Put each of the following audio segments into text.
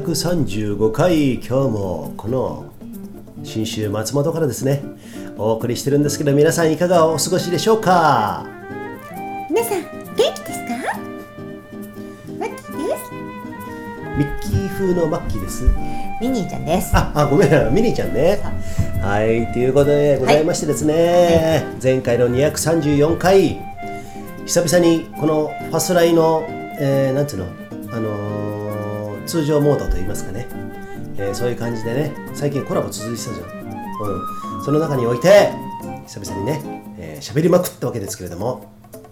235回、今日もこの信州松本からですねお送りしてるんですけど、皆さんいかがお過ごしでしょうか。 皆さん元気ですか？マッキーです。 ミッキー風のマッキーです。 ミニーちゃんです。 ごめん、ミニーちゃんね。はい、ということでございましてですね、前回の234回、久々にこのファスライの、なんていうの、通常モードといいますかね、そういう感じでね、最近コラボ続いてたじゃん、その中において久々にね喋りまくったわけですけれども、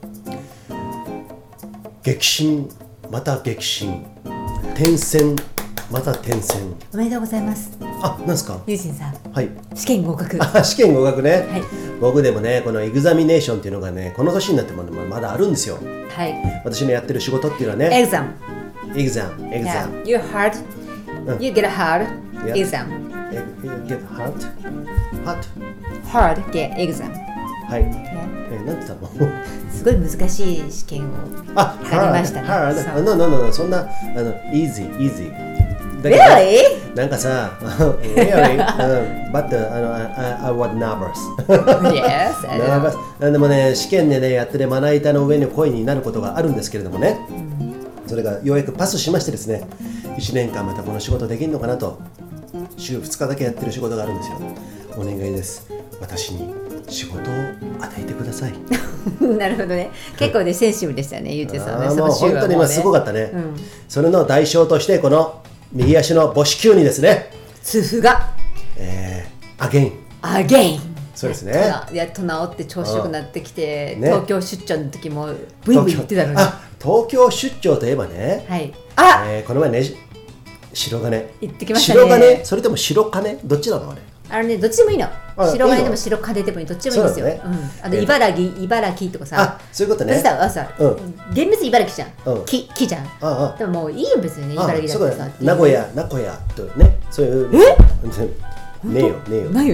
激震また激震、転戦また転戦。 おめでとうございます。 なんですか？ ユージンさん、 はい、 試験合格。 試験合格ね、 はい、 僕でもね、このエグザミネーションっていうのがね、この年になってもまだあるんですよ。 はい、 私のやってる仕事っていうのはね、 エグザム。 exam. You hard. You get a hard exam. You get hard? Hard get exam. はい。なんて言ったの？ すごい難しい試験をやりましたね。 No. そんなeasy. Really? なんかさ、really? But I was nervous. Yes. Nervous. でもね、試験でねやってね、まな板の上に恋になることがあるんですけれどもね。それがようやくパスしましてですね、1年間またこの仕事できるのかなと。週2日だけやってる仕事があるんですよ。お願いです。私に仕事を与えてください。 なるほどね。結構ね、センシブルでしたよね、ゆうてさんね。 もう本当に今すごかったね。それの代償としてこの右足の母子球にですね、 痛風がアゲイン。そうですね。 やっと治って調子よくなってきて、東京出張の時もブイブイ言ってたのに。 東京出張といえばね、この前ね、白金行ってきましたね。 白金、それとも白金、どっちなのあれ？ どっちでもいいの。白金でも白金でもいい、どっちでもいいんですよ。茨城とかさ。 そういうことね。 厳密に茨城じゃん。木じゃん。でももういいよ別にね、茨城だってさ。 名古屋とね、そういう。ねえよ。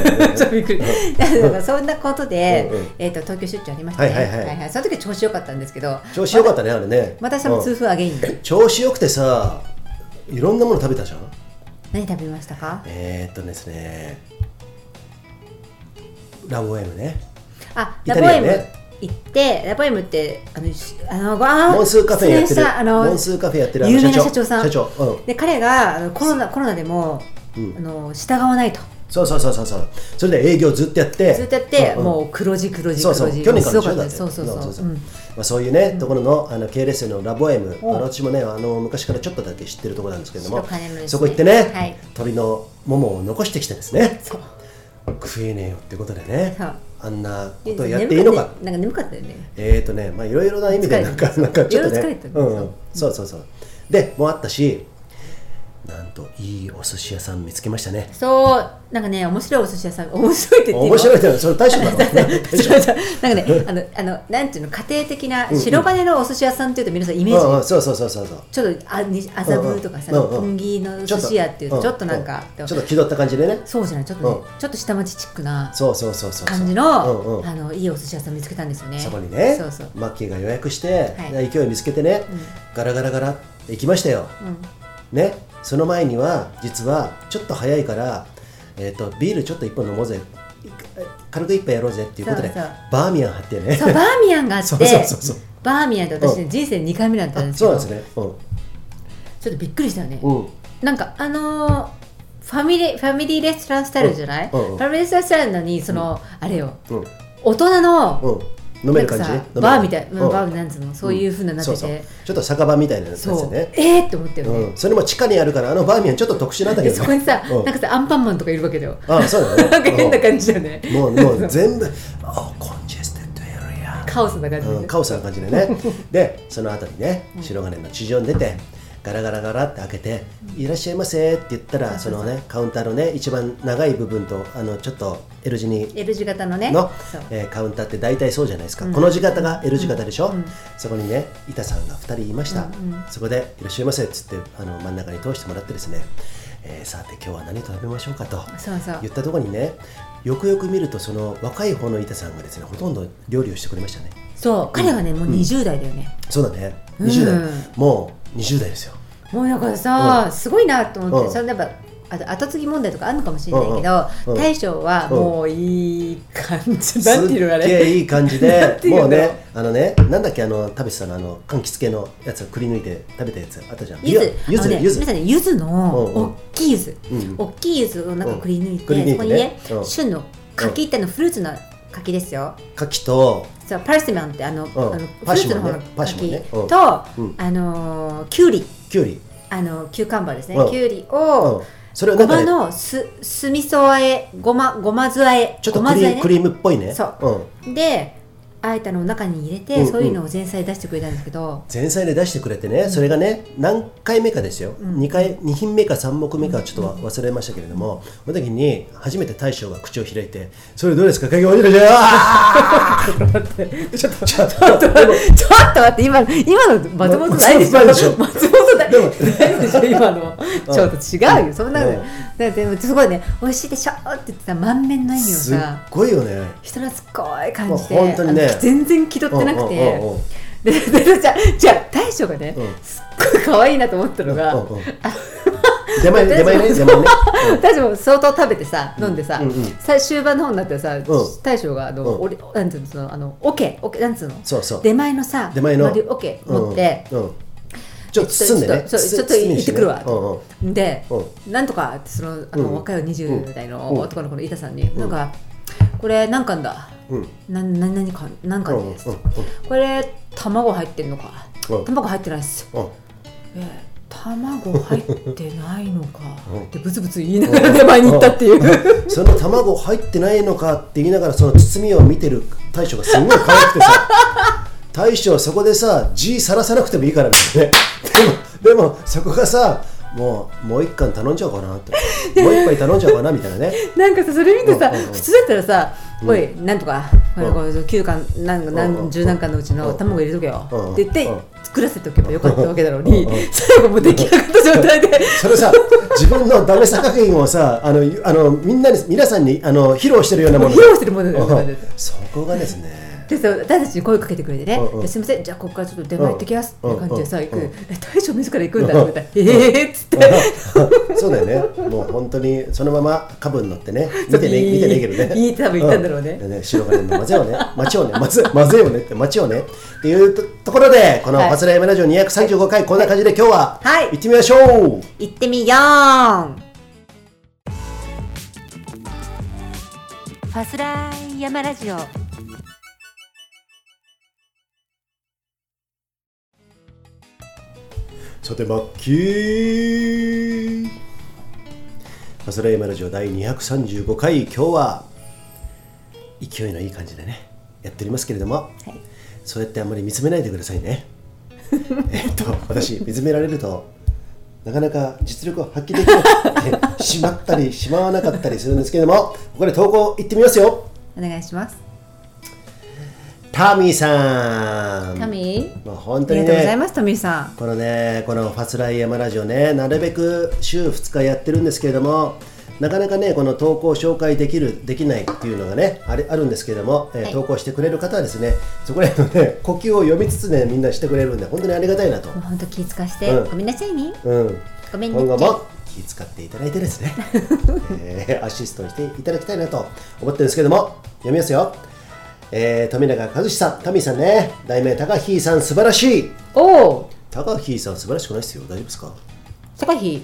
そんなことで東京出張ありましたね。その時は調子よかったんですけど。 調子よかったね、あれね。 またその痛風アゲイン。 調子よくてさ、いろんなもの食べたじゃん。 何食べましたか？ ですね、ラボエムね。 ラボエム行って、ラボエムってモンスーカフェやってる有名な社長さん。で、彼がコロナでも従わないと。 そう。それで営業ずっとやって、 もう黒字。 去年からでしょだって。そういうね、ところの系列のラボエム、私もね、昔からちょっとだけ知ってるところなんですけれども、そこ行ってね、鶏のももを残してきてですね、食えねえよってことでね、あんなことやっていいのか。 なんか眠かったよね。 いろいろな意味でなんかちょっとね、そうでもあったし、なんといいお寿司屋さん見つけましたね。そう、 なんかね、面白いお寿司屋さん、面白いって言って面白いってそれ大将だろ。なんかね、 なんていうの、家庭的な白金のお寿司屋さんっていうと皆さんイメージ。 そう。 ちょっと麻布とかさ、六本木の寿司屋っていうとちょっとなんかちょっと気取った感じでね。 そうじゃない、ちょっと下町チックなそう感じのいいお寿司屋さん見つけたんですよね。 そこにね、マッキーが予約して勢い見つけてね、ガラ行きましたよ。ね、その前には実はちょっと早いから、ビールちょっと一本飲もうぜ、軽く一杯やろうぜっていうことでバーミヤン貼ってね。 バーミヤンがあって、バーミヤンって私ね、人生2回目だったんですけど、 そうなんですね。ちょっとびっくりしたよね。なんかファミリーレストランスタイルじゃない？ファミリーレストランスタイルなのに、あれよ、大人の飲める感じ、 バーみたいな、バーなんつうの、そういう風ななってて、 ちょっと酒場みたいなやつですよね。 って思ったよね。 それも地下にあるから、バーミヤンちょっと特殊なんだけど、 そこにさ、なんかさ、アンパンマンとかいるわけだよ。 そうだね。 なんか変な感じだよね。 もう全部コンジェステッドエリア、 カオスな感じで、 カオスな感じでね。で、その後にね、白金の地上に出て、ガラって開けて、いらっしゃいませって言ったら、そのね、カウンターのね、一番長い部分とちょっと L 字型のね、 カウンターって大体そうじゃないですか。この字型が L 字型でしょ。そこにね、板さんが2人いました。そこでいらっしゃいませっつって真ん中に通してもらってですね、さて今日は何と食べましょうかと言ったところにね、よくよく見るとその若い方の板さんがですね、ほとんど料理をしてくれましたね。 そう、彼はね、もう20代だよね。 そうだね、20代、もう20代ですよ。 もうだからさ、すごいなと思って、それやっぱ後継ぎ問題とかあるのかもしれないけど、大将はもういい感じ、なんていうのがね、 すっげえいい感じでもうね、なんだっけ、食べてたの、柑橘系のやつをくり抜いて食べたやつあったじゃん。 柚子、柚子の大きい柚子、大きい柚子をなんかくり抜いて、そこにね、旬の柿ってフルーツの柿ですよ。 柿とパルシモンってフルーツの方の柿とキュウリ、キューカンバーですね、キュウリをそれをごまの酢味噌あえ、ごま酢あえ、 ちょっとクリームっぽいね。 そうであえたのを中に入れて、そういうのを前菜出してくれたんですけど、 前菜で出してくれてね、それがね何回目かですよ、2品目か3目目かちょっと忘れましたけれども、その時に初めて大将が口を開いて、それどうですか、かきおじいちゃん。ちょっと待って、今の松本ないでしょ。松本ないでしょ今の。ちょっと違うよ、そんなの。でもすごいね、美味しいでしょって言ってた満面の笑みをさ、 すっごいよね、 人懐っこい感じで、 本当にね、 全然気取ってなくて、じゃあ大将がね、すっごい可愛いなと思ったのが、 出前ね。 大将も相当食べてさ、飲んでさ、終盤の方になったらさ、大将がなんていうの、オケなんつうの、出前のさ、オケ持って。 ちょっと包んでね、 ちょっと行ってくるわで、なんとかってその若い20代の男の子の板さんに、なんかこれ何貫だ、何貫です、これ卵入ってんのか、卵入ってないっす、卵入ってないのかってブツブツ言いながら出前に行ったっていうその卵入ってないのかって言いながら、その包みを見てる大将がすごい可愛くてさ、大将はそこでさ、字さらさなくてもいいからみたいなね。でもそこがさ、もう一貫頼んじゃおうかなって、もう一杯頼んじゃおうかなみたいなね。 なんかさ、それ見てさ、普通だったらさ、おいなんとか9貫何十何貫のうちの卵入れとけよって言って作らせておけばよかったわけだろうに、最後もう出来上がった状態でそれさ、自分のダメさ加減をさ、皆さんに披露してるようなもの、 披露してるものだよ。 そこがですね、 で私たちに声かけてくれてね、すみません、じゃあここからちょっと出前行ってきますって感じでさ、行く、大将自ら行くんだって言ったら、っつってそうだよね、もう本当にそのまま株に乗ってね、見てねえけどね、 いい多分言ったんだろうね、 白金の混ぜよね、混ぜよねって街をねっていうところで、このファスライムラジオ235回、こんな感じで今日は行ってみましょう。 行ってみよう。ファスライ山ラジオ。 さてマッキー、ファスライヤマラジオ第235回、今日は勢いのいい感じでねやっておりますけれども、そうやってあんまり見つめないでくださいね。私見つめられるとなかなか実力を発揮できなくてしまったりしまわなかったりするんですけれども、ここで投稿いってみますよ。 お願いします。 タミーさん、 タミー、 本当にね、 ありがとうございます。タミーさん、 このファスライヤマラジオね、なるべく週2日やってるんですけれども、なかなかねこの投稿を紹介できないっていうのがねあるんですけれども、投稿してくれる方はですね、そこら辺のね呼吸を読みつつねみんなしてくれるんで、本当にありがたいなと。 本当気遣わして、ごめんなさいね。ごめんなさい。 今後も気遣っていただいてですね、アシストしていただきたいなと思ってるんですけども、読みますよ。富永和志さん、タミーさんね、題名高飛さん素晴らしい。高飛さん素晴らしくないですよ、大丈夫ですか。 高飛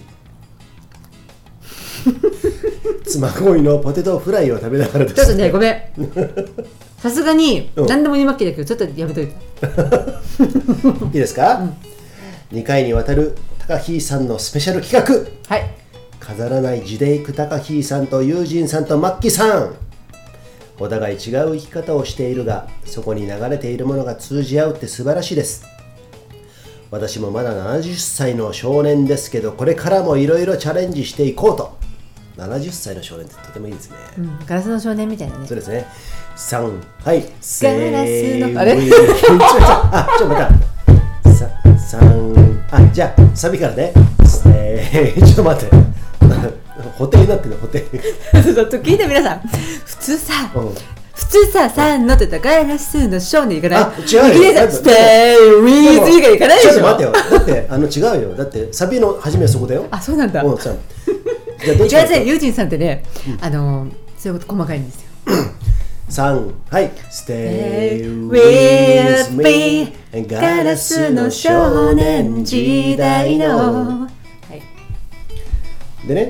妻恋のポテトフライを食べながらですね、 ちょっとねごめんさすがに何でも言いまっけだけど、ちょっとやめといていいですか、2回にわたる高飛さんのスペシャル企画、飾らないジデイク高飛さんとユージンさんとマッキーさん、お互い違う生き方をしているが、そこに流れているものが通じ合うって素晴らしいです。私もまだ70歳の少年ですけど、これからもいろいろチャレンジしていこうと。70歳の少年ってとてもいいですね、 ガラスの少年みたいなね。 そうですね。3、はい、 ガラスのあれちょっとまた3、じゃあサビからね、ちょっと待って布袋になってるの、布袋ちょっと聞いて皆さん、普通さ、普普通さ3のって言ったらガラスのショーに行かない？ あ、違うよ。 ステイウィーズ以外行かないでしょ。 ちょっと待ってよ。だって違うよ。だってサビの始めはそこだよ。 あ、そうなんだ。 じゃあどっちか。 ユージンさんってね、そういうこと細かいんですよ。 3、はい。Stay with me ガラスの少年時代の、はい、でね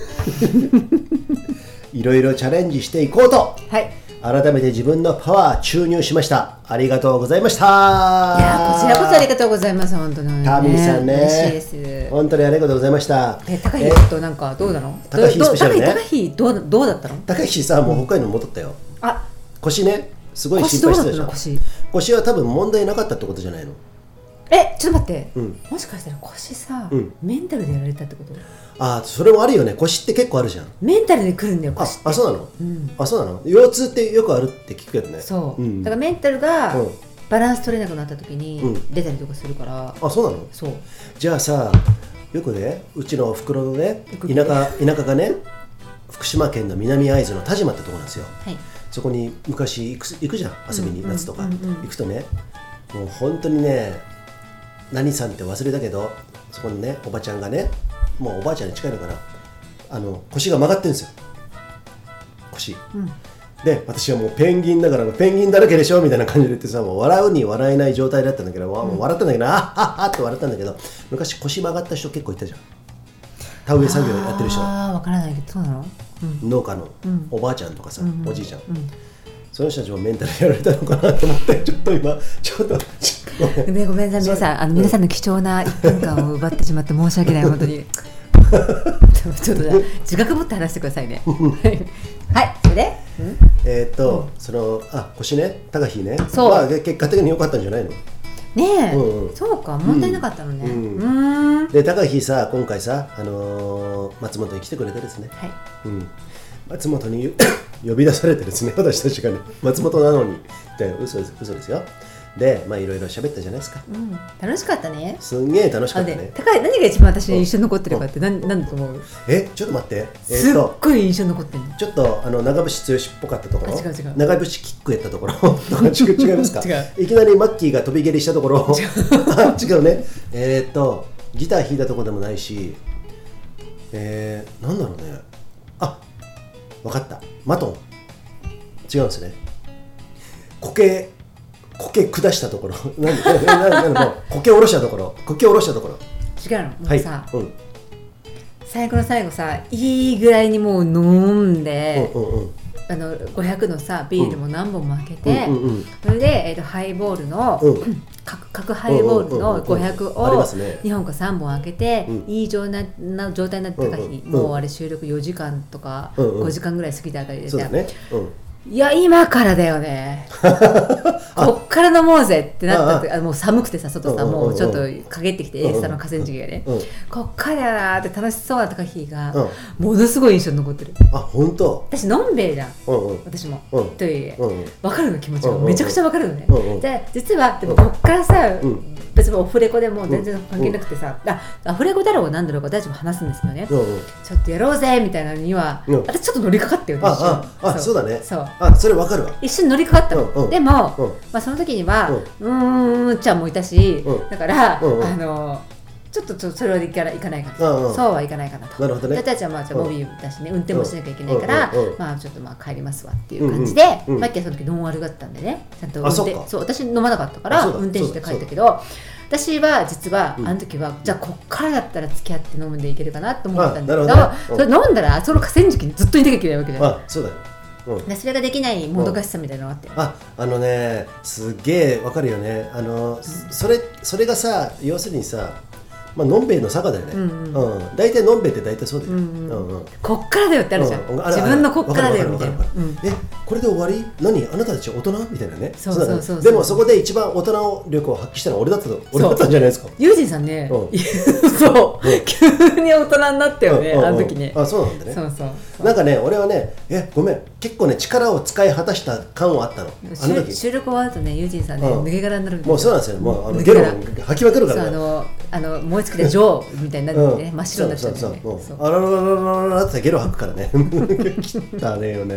いろいろチャレンジしていこうと、 はい、 改めて自分のパワー注入しました。ありがとうございました。 いやこちらこそありがとうございます。本当にタミーさんね、 嬉しいです。 本当にありがとうございました。 高飛となんかどうなの？ 高飛スペシャルね。 高飛どうだったの？ 高飛さ、もう北海道に戻ったよ。 あ、 腰ね、すごい心配してたじゃん。腰は多分問題なかったってことじゃないの？ ちょっと待って、もしかしたら腰さ、メンタルでやられたってこと？ あ、それもあるよね。腰って結構あるじゃん。 メンタルで来るんだよ、腰って。 あ、そうなの？あ、そうなの？腰痛ってよくあるって聞くけどね。 そう、だからメンタルがバランス取れなくなった時に出たりとかするから。 あ、そうなの？ そう。 じゃあさ、よくね、うちのおふくろのね、田舎がね、福島県の南会津の田島ってとこなんですよ。はい、そこに昔行くじゃん、遊びに、夏とか行くとね、もう本当にね、何さんって忘れたけど、そこにね、おばちゃんがね、もうおばあちゃんに近いのかな、腰が曲がってるんですよ、腰、で、私はもうペンギンだからペンギンだらけでしょみたいな感じで言ってさ、もう笑うに笑えない状態だったんだけど、もう笑ったんだけど、あっって笑ったんだけど、昔腰曲がった人結構いたじゃん、田植え作業やってる人。 ああ、わからないけど、そうなの？ 農家のおばあちゃんとかさ、おじいちゃん、その人たちもメンタルやられたのかなと思って、ちょっとごめんなさい、皆さん、皆さんの貴重な1分間を奪ってしまって申し訳ない、本当に。ちょっと自覚持って話してくださいね。はい、それで腰ね、高飛ね、まあ結果的に良かったんじゃないの？ ねえ、そうか、問題なかったのね。 で、高飛さ、今回さ、松本に来てくれてですね、松本に呼び出されてですね、私たちがね、松本なのにって嘘ですよ。で、まあいろいろ喋ったじゃないですか。 楽しかったね。 すんげえ楽しかったね。 高い、何が一番私に印象に残ってるかって何だと思う？ ちょっと待って。 すっごい印象に残ってる。 ちょっっと長渕剛っぽかったところ、 違う長渕キックやったところ違いますか？いきなりマッキーが飛び蹴りしたところ違うね。ギター弾いたところでもないし、なんだろうね。あ、分かった。マトン違うんですね。苔下したところ苔下ろしたところ違うの。もうさ、最後の最後さ、いいぐらいにもう飲んで、500のさビールも何本も開けて、それで、ハイボールの、各ハイボールの500を2本か3本開けて、いい状態になった日、もうあれ収録4時間とか5時間ぐらい過ぎたあたりでさ、いや今からだよねこっから飲もうぜってなったって、もう寒くてさ、外さもうちょっと陰ってきて、エースタの河川敷がね、こっからだなって楽しそうな高飛がものすごい印象に残ってる。 あ、本当？ 私のんべえじゃん、私もという分かるの、気持ちがめちゃくちゃ分かるのね。で実はでもこっからさ、別にオフレコでも全然関係なくてさ、アフレコだろうが何だろうが大丈夫話すんですけどね、ちょっとやろうぜみたいなのには私ちょっと乗りかかってよね。 そうだね。 そうそれわかるわ。 一瞬乗りかかったの。でもその時にはちゃんもいたし、だからちょっとそれはいかないかなと、そうはいかないかなと。 なるほどね。 私たちはまあボビーだしね、運転もしなきゃいけないから、まあちょっとまあ帰りますわっていう感じで、マッキーはその時ノンアルだったんでね、ちゃんと運転、そう私飲まなかったから運転して帰ったけど、私は実はあの時はじゃあこっからだったら付き合って飲むんでいけるかなと思ったんだけど、それ飲んだらその河川敷にずっといなきゃいけないわけだよ。 そうだよ。 それができないもどかしさみたいなのがあって、 ね、すげえわかるよね。それがさ、要するにさ、のんべえの坂だよね。大体のんべえって大体そうだよ。 こっからだよってあるじゃん。自分のこっからだよみたいな。 これで終わり？何？あなたたち大人？みたいなね。でもそこで一番大人力を発揮したのは俺だったんじゃないですか。 ユージンさんね、そう急に大人になったよね、あの時ね。 そうなんだね。なんかね、俺はね、ごめん、結構ね力を使い果たした感はあったの。 収録終わるとね、ユージンさんね抜け殻になる。 もうそうなんですよ。もうゲロ吐きまくるからね。 燃え尽きたジョーみたいになってね、真っ白になっちゃってね。 あららららららってゲロ吐くからね。汚ねえよね。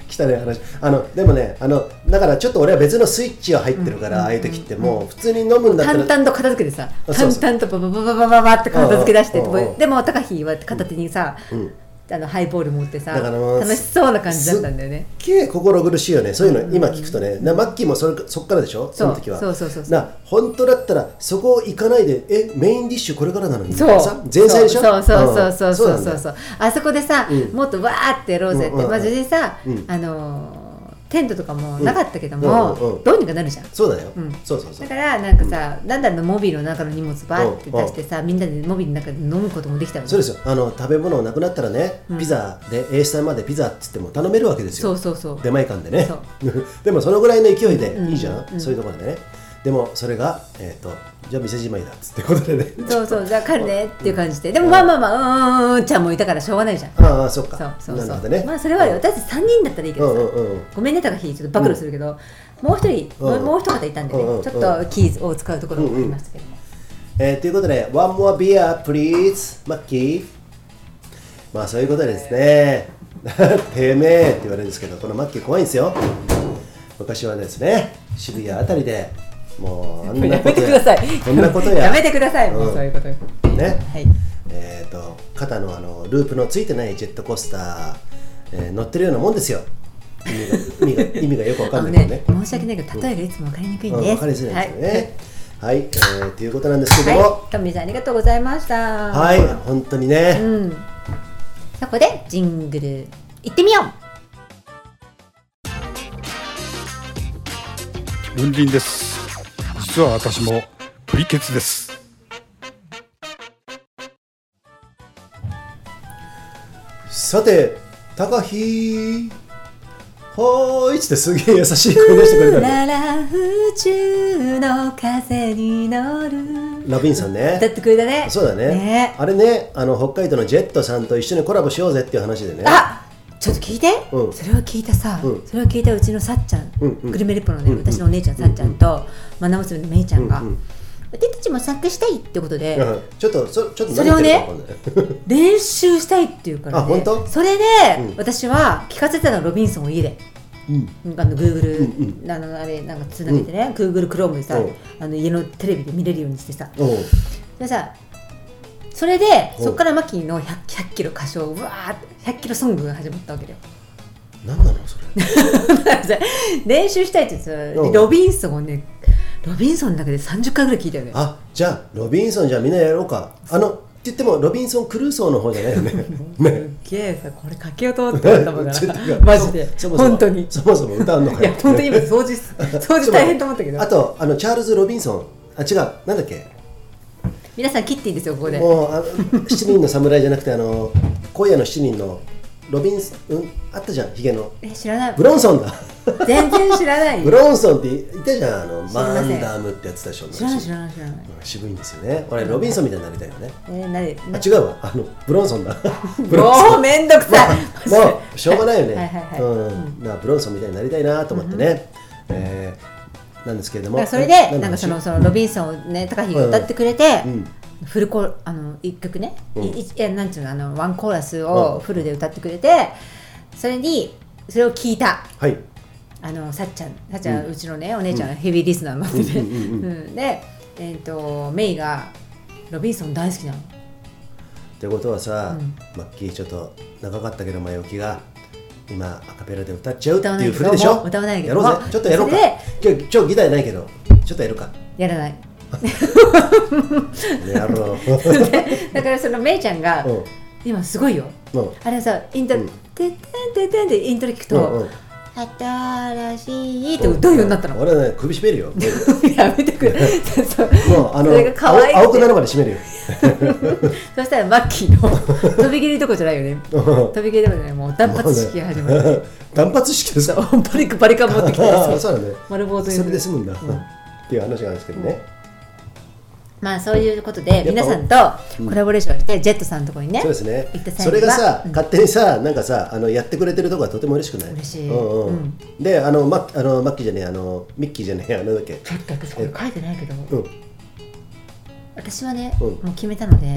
来たね話。でもね、だからちょっと俺は別のスイッチが入ってるから、ああいう時ってもう普通に飲むんだったら淡々と片付けてさ、淡々とバババババババって片付け出して、でも高飛は片手にさ、ハイボール持ってさ、楽しそうな感じだったんだよね。 すっげえ心苦しいよね、そういうの今聞くとね。マッキーもそっからでしょ、その時は。 そう本当だったらそこ行かないで、メインディッシュこれからなのにみたいなさ、前菜でしょ。 そうあそこでさ、もっとわーってやろうぜって、まあ全然さ、テントとかもなかったけども、どうにかなるじゃん。 そうだよ。 だからなんかさ、だんだんモビーの中の荷物バーって出してさ、みんなでモビーの中で飲むこともできたわけ。 そうですよ。食べ物なくなったらね、ピザで A スタまでピザって言っても頼めるわけですよ。出前館でね。でもそのぐらいの勢いでいいじゃん、そういうところでね。でもそれがじゃあ店じまいだっつってことでね。 じゃあ帰るねっていう感じで、でもまあちゃんもいたからしょうがないじゃん。 ああ、そっか。なるほどね。 まあそれは私3人だったらいいけどさ、ごめんね高飛、ちょっと暴露するけど、もう一方いたんでね、ちょっとキーを使うところがありましたけども。 ということで、One more beer please マッキー。まあそういうことですね。てめえって言われるんですけど、このマッキー怖いんですよ。昔はですね、渋谷あたりでもうあんなことやこんなことやめてください、もうそういうことね。肩のループのついてないジェットコースター、乗ってるようなもんですよ。意味がよくわかんないけどね。 申し訳ないけど、例えがいつもわかりにくいんです。 わかりづらいですよね。はい、ということなんですけども、 トミーさんありがとうございました。 はい、本当にね。 そこでジングルいってみよう。ルンリンです。実は私もプリケツです。 さて、高飛はーいってすげえ優しい声出してくれたね。宇宙の風に乗る。 ラビンさんね。 歌ってくれたね。 そうだね。あれね、北海道のジェットさんと一緒にコラボしようぜっていう話でね。 ちょっと聞いて、それを聞いたさ、それを聞いたうちのさっちゃん、グルメレポのね、私のお姉ちゃんさっちゃんとマナ娘のめいちゃんが、私たちも参加したいってことで、 ちょっとそれをね練習したいっていうからね。それで私は聞かせてたの、ロビンソンを家で。Google あれなんかつなげてね、Google Chrome でさ、家のテレビで見れるようにしてさ、でさ、それでそこからマキの100キロ歌唱、うわーって100キロソングが始まったわけだよ。 何なのそれ。 練習したいって言ってさ、ロビンソンをね、ロビンソンだけで30回ぐらい聞いたよね。 じゃあロビンソンじゃあみんなやろうか。って言ってもロビンソン・クルーソーの方じゃないよね。 すげえさ、これかけようと思ってたもんだからマジで本当にそもそも歌うのかよ。 いや本当に今掃除大変と思ったけど。 あとチャールズ・ロビンソン、違う、なんだっけ、 皆さん切っていいですよここで。 もう7人の侍じゃなくて今夜の7人のロビンソン、あったじゃん、ヒゲの。 知らない。 ブロンソンだ。 全然知らない。 ブロンソンっていたじゃん、マンダムってやつでしょ。 知らない。 渋いんですよね。俺ロビンソンみたいになりたいよね。違うわ、ブロンソンだ。 もうめんどくさい。 もうしょうがないよね。ブロンソンみたいになりたいなと思ってね。なんですけれども、 それでなんかそのロビンソンをね、高飛が歌ってくれて、フルコ1曲ね、なんていうの、ワンコーラスをフルで歌ってくれて、それを聞いた。さっちゃん、うちのねお姉ちゃんヘビーリスナーになってて、でメイがロビンソン大好きなの。 ってことはさ、マッキーちょっと長かったけど前置きが。今アカペラで歌っちゃうっていう振りでしょ。 歌わないけどやろうぜ、ちょっとやろうか。今日ギターないけどちょっとやるか。 やらない。 やろう。 だからそのめいちゃんが今すごいよ。あれさ、イントロててててイントロ聞くと新しいって歌うようになったの。 俺ね、首絞めるよ。 やめてくれ。 もうそれが可愛い。青くなるまで絞めるよ。 そしたらマッキーの飛び切りどころじゃないよね。飛び切りどころじゃない、もう断髪式が始まる。 断髪式ですか。 バリカン持ってきて。 そうだね。 丸坊主に。 それで済むんだ。っていう話があるんですけどね。 まあそういうことで皆さんとコラボレーションしてジェットさんのところにね、 そうですね。それがさ、勝手にさ、なんかさ、やってくれてるところはとても嬉しくない？ 嬉しい。 で、マッキーじゃねえ、ミッキーじゃねえ、なんだっけ。 ちょっと私これ書いてないけど、私はね、もう決めたので、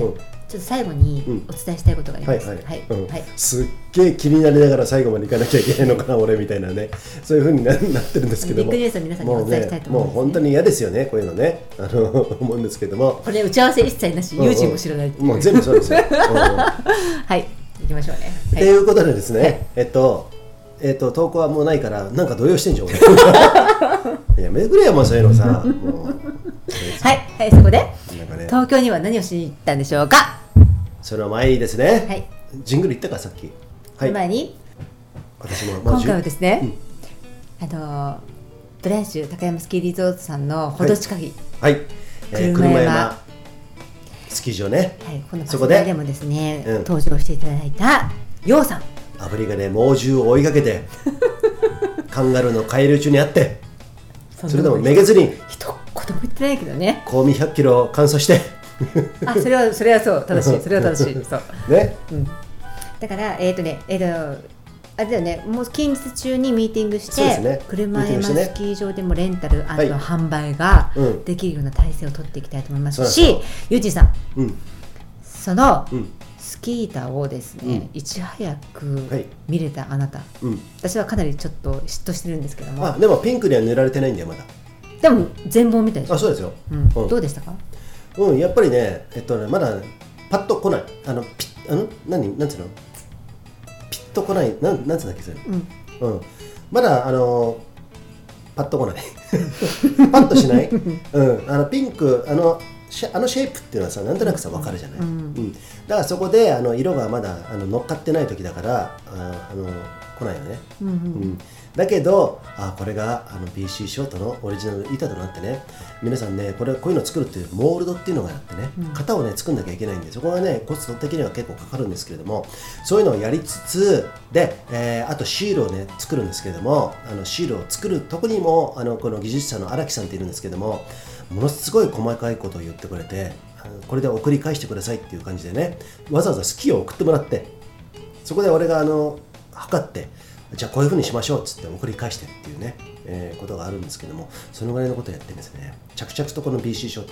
ちょっと最後にお伝えしたいことがあります。 すっげえ気になりながら最後まで行かなきゃいけないのかな俺みたいなね、そういう風になってるんですけども、 ビッグニュースを皆さんにお伝えしたいと思います、 もう本当に嫌ですよね、こういうのね、思うんですけども、 これ打ち合わせ一切なし、友人も知らないっていう、 もう全部そうですよはい、行きましょうね。 ということでですね、投稿はもうないからなんか動揺してんじゃん俺やめてくれよもうそういうのさもうはい、そこで、 ね、 東京には何をしに行ったんでしょうか。 その前にですね、 はい、 ジングル言ったかさっき、 はい、前に私も今回はですね、ブランシュ高山スキーリゾートさんのほど近い、車山スキー場ね、 このパスタでもですね、登場していただいたヨウさん、 アフリカで猛獣を追いかけてカンガルーの海流中にあってそれでもめげずに一言も言ってないけどね、 高味100キロを完走してそれはそう正しい、それは正しいそうね、 だからあれだよね、もう近日中にミーティングして、車山スキー場でもレンタル&販売ができるような体制を取っていきたいと思いますし、ユージさん、そのスキー板をですね、いち早く見れたあなた、私はかなりちょっと嫉妬してるんですけども、 でもピンクには塗られてないんだよまだ。 でも全貌見たでしょ。 そうですよ、 どうでしたか。 やっぱりね、まだパッと来ない、なんつうの、ピッと来ない、なんつうんだっけそれ、まだパッと来ないパッとしないピンク、シェイプっていうのはさ、なんとなくさ分かるじゃない、だからそこで色がまだ乗っかってない時だから来ないよね、だけどこれがBC ショートのオリジナル板となってね、皆さんねこういうのを作るっていうモールドっていうのがあってね、型をね作んなきゃいけないんで、そこがねコスト的には結構かかるんですけれども、そういうのをやりつつで、あとシールをね作るんですけれども、シールを作るとこにもこの技術者の荒木さんっているんですけども、ものすごい細かいことを言ってくれて、これで送り返してくださいっていう感じでね、わざわざスキーを送ってもらって、そこで俺が測って、じゃあこういう風にしましょうっつって送り返してっていうね、ことがあるんですけども、そのぐらいのことをやってですね、着々とこの BC ショート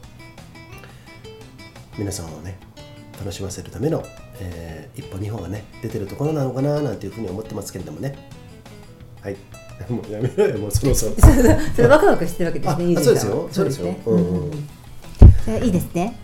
皆さんをね楽しませるための、一歩二歩がね出てるところなのかななんていうふうに思ってますけれどもね。はいもうやめろよ、もうそろそろそれワクワクしてるわけですね。 そうですよ、そうですよ、 いいですね。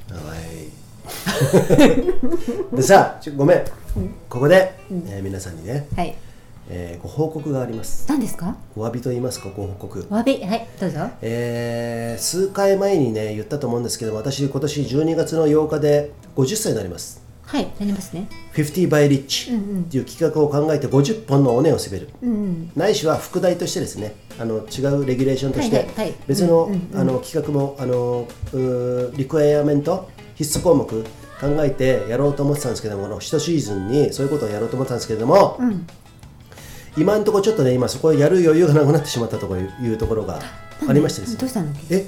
でさ、ごめん、ここで、皆さんにね、ご報告があります。 何ですか。 お詫びと言いますか、ご報告。 お詫び、はい、どうぞ。 数回前にね言ったと思うんですけど、私今年12月の8日で50歳になります。 はい、なりますね。 50 by Rich っていう企画を考えて50本の尾根を滑る、ないしは副題としてですね、違うレギュレーションとして別の企画もリクエアメント必須項目考えてやろうと思ってたんですけども、この1シーズンにそういうことをやろうと思ってたんですけれども、今のところちょっとね、今そこをやる余裕がなくなってしまったというところがありましてですね。 どうしたんだっけ。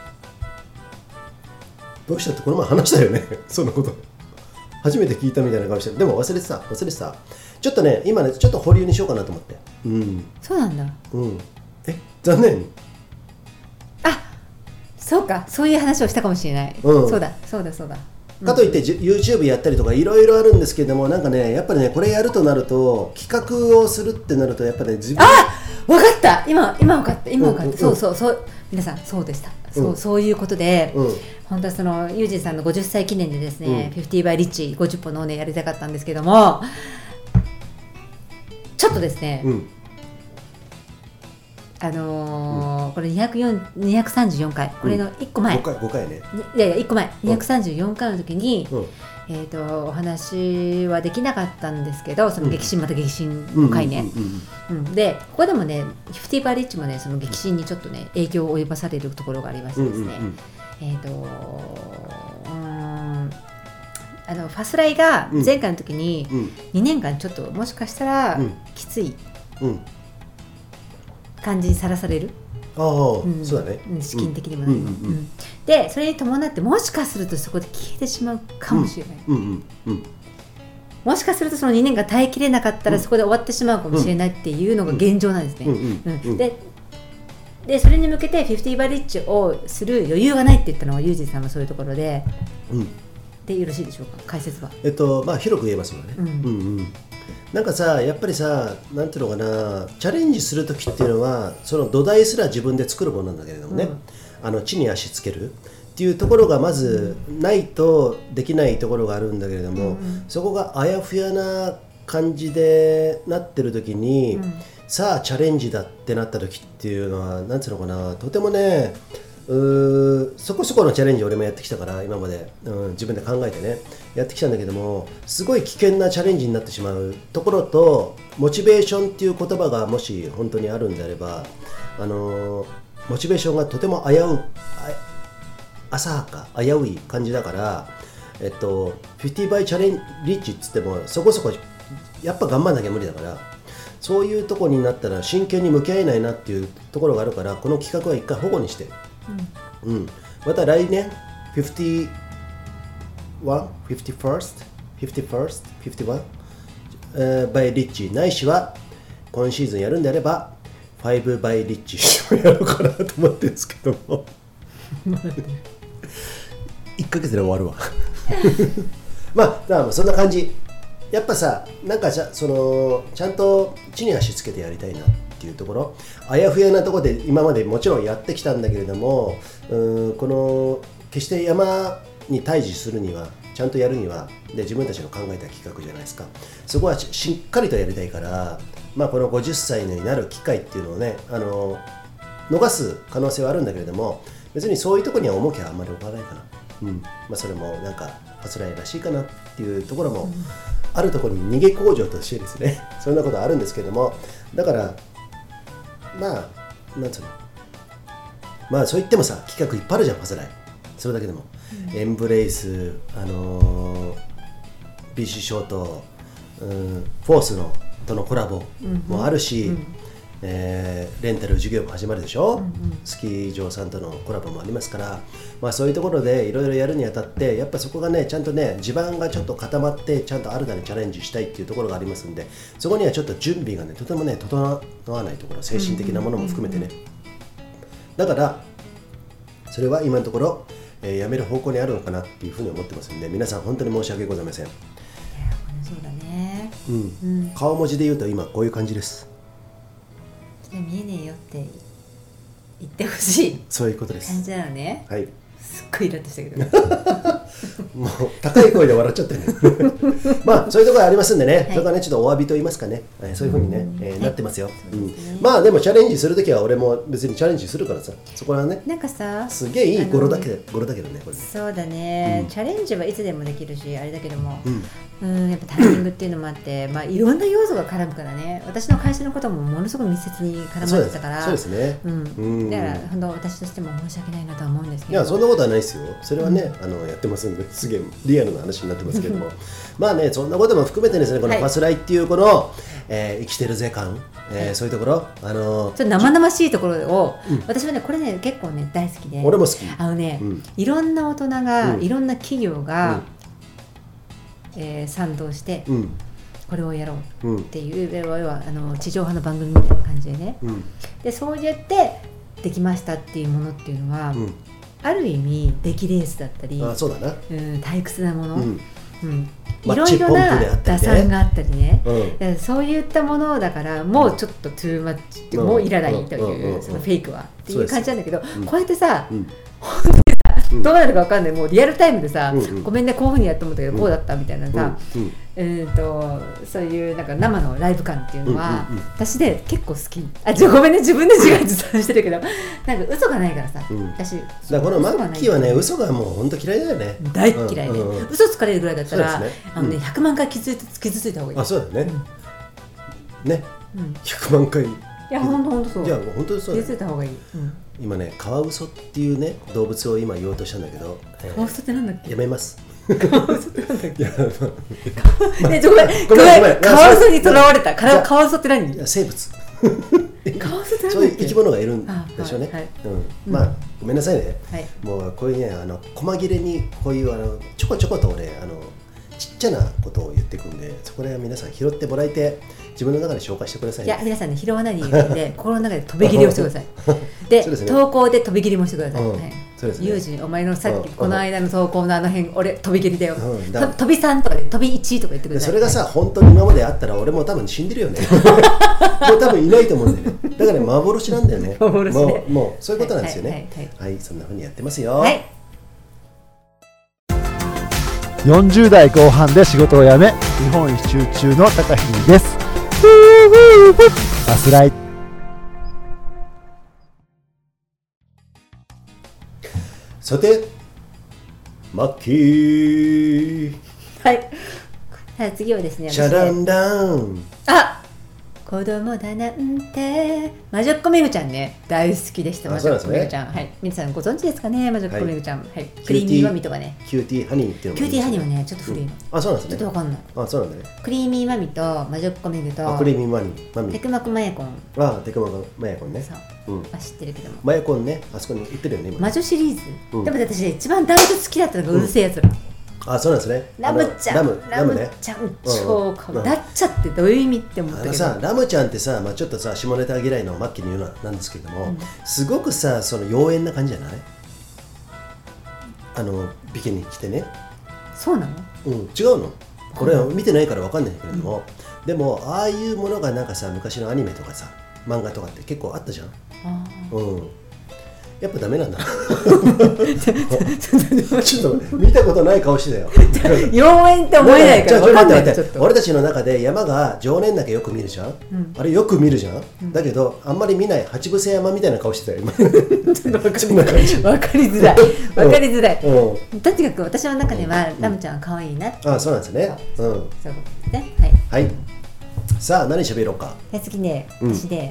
どうしたってこの前話したよねそんなこと初めて聞いたみたいな顔してる。でも忘れてたちょっとね、今ねちょっと保留にしようかなと思って。 そうなんだ。 残念。 そうか、そういう話をしたかもしれない。そうだかといって YouTube やったりとかいろいろあるんですけれども、なんかねやっぱりねこれやるとなると、企画をするってなるとやっぱりね自分分かった、今分かった、そう皆さんそうでした、そういうことで、本当はそのユージンさんの50歳記念でですね、50 by Rich 50本の尾根やりたかったんですけども、ちょっとですね、これ234回、これの1個前、 5回ね、 いや1個前、234回の時に、お話はできなかったんですけど、その激震、また激震の回ね、でここでもね50 by Rich もね、その激震にちょっとね影響を及ばされるところがありましてですね、ファスライが前回の時に2年間ちょっともしかしたらきつい感じにさらされる、 そうだね、 資金的にも何も、でそれに伴ってもしかするとそこで消えてしまうかもしれない、もしかするとその2年間耐えきれなかったらそこで終わってしまうかもしれないっていうのが現状なんですね。でそれに向けて50 by Rich をする余裕がないって言ったのはユージさんはそういうところで、 でよろしいでしょうか、解説は。 まあ広く言えますよね、なんかさ、やっぱりさ、なんていうのかな、チャレンジするときっていうのはその土台すら自分で作るものなんだけれどもね、地に足つけるっていうところがまずないとできないところがあるんだけれども、そこがあやふやな感じでなってるときに、さあチャレンジだってなったときっていうのは、なんていうのかな、とてもね、そこそこのチャレンジを俺もやってきたから今まで、自分で考えてねやってきたんだけども、すごい危険なチャレンジになってしまうところと、モチベーションっていう言葉がもし本当にあるんであれば、モチベーションがとても浅はか危うい感じだから、50 by チャレンジリッチっつってもそこそこやっぱ頑張んなきゃ無理だから、そういうとこになったら真剣に向き合えないなっていうところがあるから、この企画は一回保護にして、また来年51 by リッチないしは今シーズンやるんであれば5 by リッチをやろうかなと思ってるんですけども1ヶ月で終わるわまあだからそんな感じ。やっぱさ、なんかちゃんと地に足つけてやりたいなっていうところ、あやふやなところで今までもちろんやってきたんだけれども、この決して山に対峙するには、ちゃんとやるにはで自分たちの考えた企画じゃないですか。そこはしっかりとやりたいから、まあ、この50歳になる機会っていうのをね、逃す可能性はあるんだけれども、別にそういうところには重きはあんまり置かないかな。まあ、それもなんかファスライらしいかなっていうところも、あるところに逃げ工場としてですねそんなことあるんですけども、だからまあなんつうの、まあそう言ってもさ、企画いっぱいあるじゃん、ファスライ。それだけでも、エンブレイス、BC ショート、フォースのとのコラボもあるし、レンタル授業も始まるでしょ、スキー場さんとのコラボもありますから、まあ、そういうところでいろいろやるにあたって、やっぱそこがね、ちゃんとね、地盤がちょっと固まって、ちゃんと新たにチャレンジしたいっていうところがありますんで、そこにはちょっと準備がね、とてもね、整わないところ、精神的なものも含めてね、だからそれは今のところ、やめる方向にあるのかなっていうふうに思ってますんで、皆さん本当に申し訳ございません。 そうだね、 顔文字で言うと今こういう感じです。 見えねえよって言ってほしい、 そういうことです。 感じなのね。 はい。 すっごいイラッとしたけどもう高い声で笑っちゃってねまあそういうところありますんでね、それからね、ちょっとお詫びと言いますかね、そういうふうにね、なってますよ。まあでもチャレンジするときは俺も別にチャレンジするからさ、そこはね、 なんかさ、 すげえいい語呂だけどね、これね。 そうだね、チャレンジはいつでもできるしあれだけども、やっぱタイミングっていうのもあって、まあいろんな要素が絡むからね。私の会社のこともものすごく密接に絡まってたから、 そうですね。 だから本当私としても申し訳ないなとは思うんですけど。 いや、そんなことはないですよ。それはね、やってますんで、すげえリアルな話になってますけどもまあね、そんなことも含めてですね、このファスライっていうこの、生きてるぜ感、そういうところ、ちょっと生々しいところを、私はね、これね、結構ね、大好きで、 俺も好き。 いろんな大人が、いろんな企業が、賛同して、これをやろうっていう、要は地上波の番組みたいな感じでね、でそうやってできましたっていうものっていうのは、ある意味出来レースだったり、 そうだな、 退屈なもの、いろいろな打算があったりね、そういったものだから、もうちょっとトゥーマッチって、もういらないという、そのフェイクはっていう感じなんだけど、こうやってさ、本当にさ、どうなるか分かんない、もうリアルタイムでさ、ごめんね、こういうふうにやって思ったけど、こうだったみたいなさ、そういうなんか生のライブ感っていうのは、私で結構好き。ごめんね、自分で自画自賛してるけど、なんか嘘がないからさ、私。 だからこのマッキーはね、嘘がもう本当嫌いだよね。 大嫌いね。嘘つかれるぐらいだったら、100万回傷ついた方がいい。 そうだね。ね、100万回。 いや、本当そう。 いや、本当にそう。 傷ついた方がいい。 今ね、カワウソっていうね、動物を今言おうとしたんだけど、 カワウソってなんだっけ？ やめます。 カワウソってなんだっけ？ごめん、カワウソにとらわれた。カワウソって何？ 生物。 カワウソって何だっけ？ そういう生き物がいるんでしょうね。まあごめんなさいね。もうこういうね、細切れにこういうちょこちょこと俺ちっちゃなことを言っていくんで、そこで皆さん拾ってもらえて、自分の中で消化してください。 いや、皆さんね、拾わないでいいので、心の中で飛び切りをしてください。で、投稿で飛び切りもしてください。 そうですね。 ユージお前のさっきこの間の投稿のあの辺俺飛び蹴りだよ、 だ飛び3とかで飛び1とか言ってください。 それがさ本当に今まであったら俺も多分死んでるよねもう多分いないと思うんだよね。だから幻なんだよね幻ね。 もうそういうことなんですよね。はい、そんな風にやってますよ。 はい、 40代後半で仕事を辞め日本一周中の高秀です。バスライ。 さてマッキー、 はい、さあ次はですね、 チャランダン、 あ、子供だなんて魔女っ子めぐちゃんね、大好きでした。魔女っ子めぐちゃん、はい、皆さんご存知ですかね、魔女っ子めぐちゃん、はい、クリーミーマミとかね、 キューティーハニーっていうのキューティーハニーはねちょっと古いの、 あ、そうなんですね。 ちょっとわかんない。 あ、そうなんだね。 クリーミーマミと魔女っ子めぐとクリーミーマミテクマクマヤコン、 テクマクマヤコンね。 そう、知ってるけどもマヤコンね、あそこに売ってるよね今。 魔女シリーズ、でも私一番ダントツ好きだったのがうるせえやつら、 あ、そうなんですね。 ラムちゃん、ラムね、 ちゃん超かわいい。だっちゃってどういう意味って思ったけど、 さ、ラムちゃんってさ、ちょっとさ下ネタ嫌いの末期に言うのなんですけども、すごくさその妖艶な感じじゃない？ビキニ着てね。 そうなの？ 違うの？これは見てないからわかんないけれども、でもああいうものがなんかさ昔のアニメとかさ漫画とかって結構あったじゃん。やっぱダメなんだちょっと見たことない顔してたよ妖艶って思えないから分かんない。 俺たちの中で山が常年岳よく見るじゃん、あれよく見るじゃん、だけどあんまり見ない八伏せ山みたいな顔してたよ今ちょっと分かりづらい分かりづらい、とにかく私の中ではラムちゃんは可愛いなって。 あ、そうなんですね。 そういうことですね。 はい、さあ何喋ろうか。 次ね、私で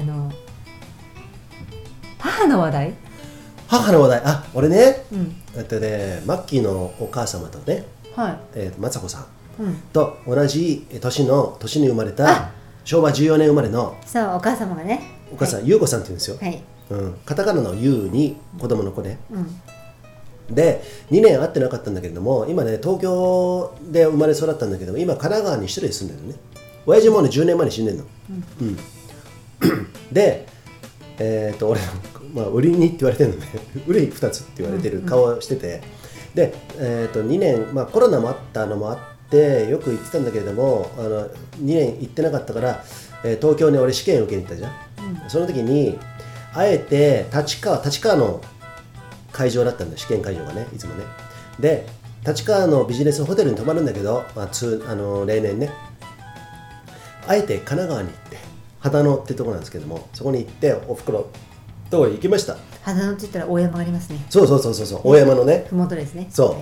母の話題。 あ、俺ね、マッキーのお母様とね、雅子さんと同じ年に生まれた昭和14年生まれの、 そう、お母様がね、 お母さん優子さんって言うんですよ。カタカナの優に子供の子で、で2年会ってなかったんだけれども、今ね東京で生まれ育ったんだけども、今神奈川に一人で住んでるのね。親父もね10年前に死んでるの。で俺売りにって言われてるのね売り2つって言われてる顔をしてて、で、2年、コロナもあったのもあってよく行ってたんだけれども、2年行ってなかったから、東京に俺試験受けに行ったじゃん、その時にあえて立川の会場だったんだ、試験会場がね、いつもね。で立川のビジネスホテルに泊まるんだけど、例年ねあえて神奈川に行って秦野ってとこなんですけども、そこに行っておふくろとこに行きました。 秦野って言ったら大山がありますね。 そう大山のね、 ふもとですね。 そう、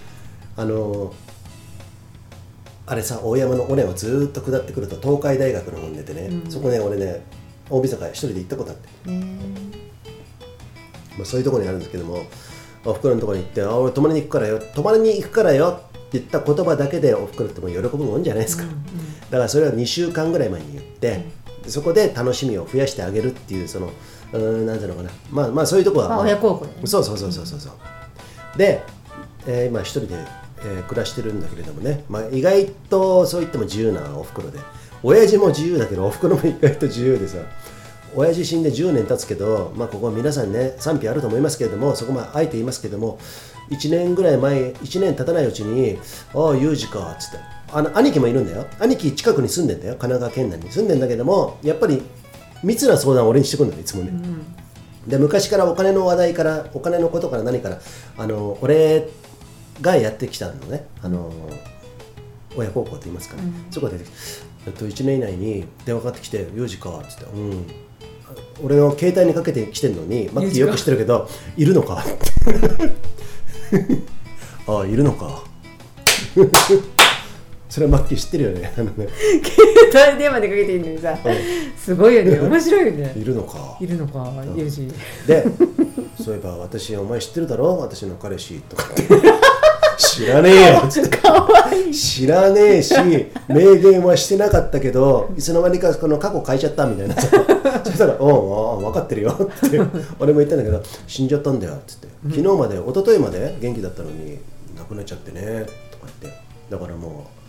あれさ、大山の尾根をずーっと下ってくると東海大学の方に出てね、そこね俺ね大晦日一人で行ったことあって、そういうところにあるんですけども、おふくろのところに行って、俺泊まりに行くからよって言った言葉だけでおふくろってもう喜ぶもんじゃないですか、だからそれは2週間ぐらい前に言って、そこで楽しみを増やしてあげるっていう、そのなんていうのかな、そういうところは、 親孝行で、ね、 そうで、今一人で、暮らしてるんだけれどもね、意外とそう言っても自由なおふくろで、親父も自由だけどおふくろも意外と自由でさ、親父死んで10年経つけど、ここは皆さんね賛否あると思いますけれども、そこあえて言いますけれども、1年経たないうちに「ああユージか」っつって、兄貴もいるんだよ。兄貴近くに住んでんだよ、神奈川県内に住んでんだけども、やっぱり密な相談を俺にしてくるんだよいつもね、で昔からお金の話題から、お金のことから何から俺がやってきたのね、親孝行って言いますから、そこが出てきて、1年以内に電話かかってきて「ユージか」っつって、俺の携帯にかけてきてるのに、マッキーよく知ってるけどいるのかああいるのかそれはマッキー知ってるよね携帯電話でかけているのにさ、すごいよね、面白いよね。 いるのかユージで、そういえば私お前知ってるだろ、私の彼氏とかって知らねえよ知らねえし明言はしてなかったけど、いつの間にかこの過去変えちゃったみたいなさそしたら「分かってるよ」って俺も言ったんだけど「死んじゃったんだよ」っつって、昨日まで一昨日まで元気だったのに亡くなっちゃってねとか言って、だからもう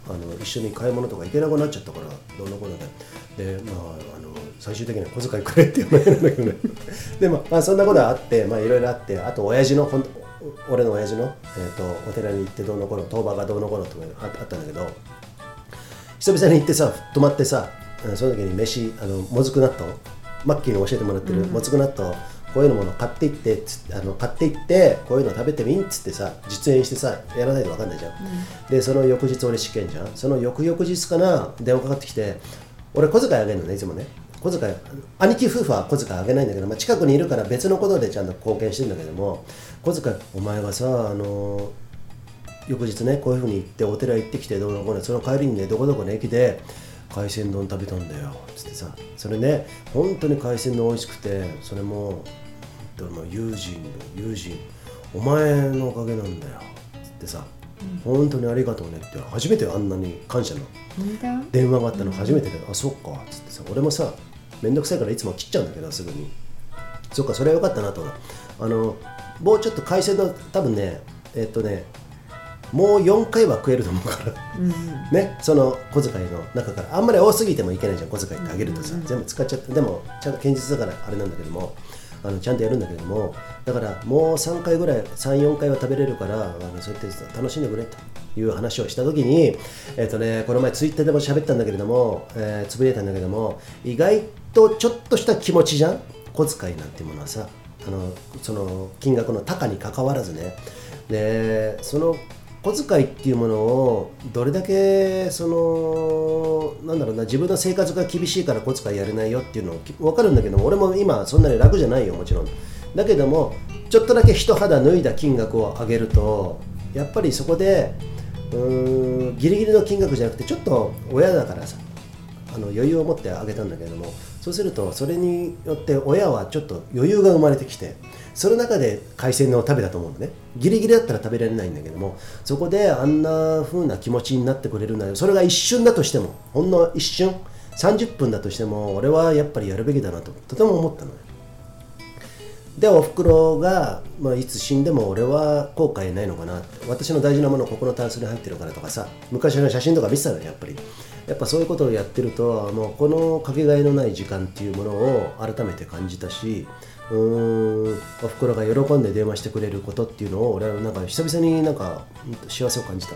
一緒に買い物とか行けなくなっちゃったからどんなことで、最終的には小遣いくれって言われるんだけどねでも、そんなことはあって、いろいろあって、あと俺の親父の、お寺に行ってどうのこうの、当場がどうのこうのとかあったんだけど、久々に行ってさ、泊まってさ、その時に飯、もずく納豆、マッキーが教えてもらってるもずく納豆、こういうもの買っていってこういうの食べてみんっつってさ、実演してさ、やらないと分かんないじゃん、でその翌日俺試験じゃん。その翌々日かな、電話かかってきて、俺小遣いあげるのね、いつもね。小遣い、兄貴夫婦は小遣いあげないんだけど、近くにいるから別のことでちゃんと貢献してるんだけども、小遣い、お前がさ、翌日ね、こういうふうに行ってお寺行ってきてどうのこうの、その帰りにね、どこどこの駅で海鮮丼食べたんだよつってさ、それね、本当に海鮮丼美味しくて、それも友人お前のおかげなんだよつってさ、本当にありがとうねって、初めてあんなに感謝の電話があったの初めてで、あ、そっかっつってさ、俺もさ、めんどくさいからいつも切っちゃうんだけど、すぐに、そっか、それはよかったなと。もうちょっと海鮮丼多分ね、もう4回は食えると思うからね、その小遣いの中から、あんまり多すぎてもいけないじゃん、小遣いってあげるとさ、全部使っちゃって、でもちゃんと堅実だからあれなんだけども、ちゃんとやるんだけども、だからもう3回ぐらい、3、4回は食べれるから、そうやって楽しんでくれという話をしたときに、この前ツイッターでも喋ったんだけれども、つぶやいたんだけども、意外とちょっとした気持ちじゃん、小遣いなんていうものはさ、その金額の高に関わらずね。で、その小遣いっていうものをどれだけ自分の生活が厳しいから小遣いやれないよっていうの分かるんだけども、俺も今そんなに楽じゃないよ、もちろんだけども、ちょっとだけ一肌脱いだ金額を上げると、やっぱりそこでギリギリの金額じゃなくて、ちょっと親だからさ、余裕を持ってあげたんだけれども、そうするとそれによって親はちょっと余裕が生まれてきて、その中で海鮮丼を食べたと思うのね。ギリギリだったら食べられないんだけども、そこであんな風な気持ちになってくれるんだよ。それが一瞬だとしても、ほんの一瞬30分だとしても、俺はやっぱりやるべきだなととても思ったのよ。で、おふくろが、いつ死んでも俺は後悔ないのかなって、私の大事なものここのタンスに入ってるからとかさ、昔の写真とか見てたのよ。やっぱそういうことをやってると、もうこのかけがえのない時間っていうものを改めて感じたし、おふくろが喜んで電話してくれることっていうのを、俺はなんか久々になんか幸せを感じた。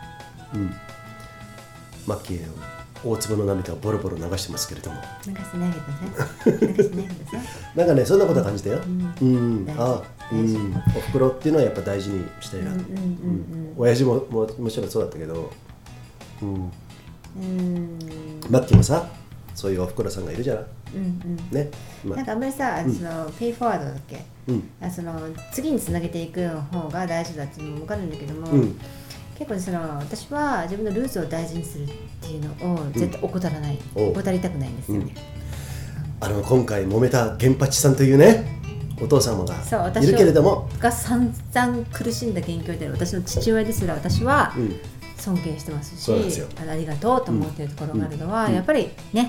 マッキー大粒の涙をボロボロ流してますけれども、 流してないけどさなんかね、そんなことは感じたよ。おふくろっていうのはやっぱ大事にしたいな。親父ももちろんそうだったけど、マッキーもさ、そういうおふくろさんがいるじゃない。ね、 なんかあんまりさ、そのペイフォワードだっけ、その次につなげていく方が大事だっていうのも分かるんだけども、結構私は自分のルーツを大事にするっていうのを絶対怠らない、怠りたくないんですよね。 今回揉めた源八さんというね、お父様がいるけれども、 が散々苦しんだ元凶である私の父親ですら、私は尊敬してますし、ありがとうと思っているところがあるのは、やっぱりね、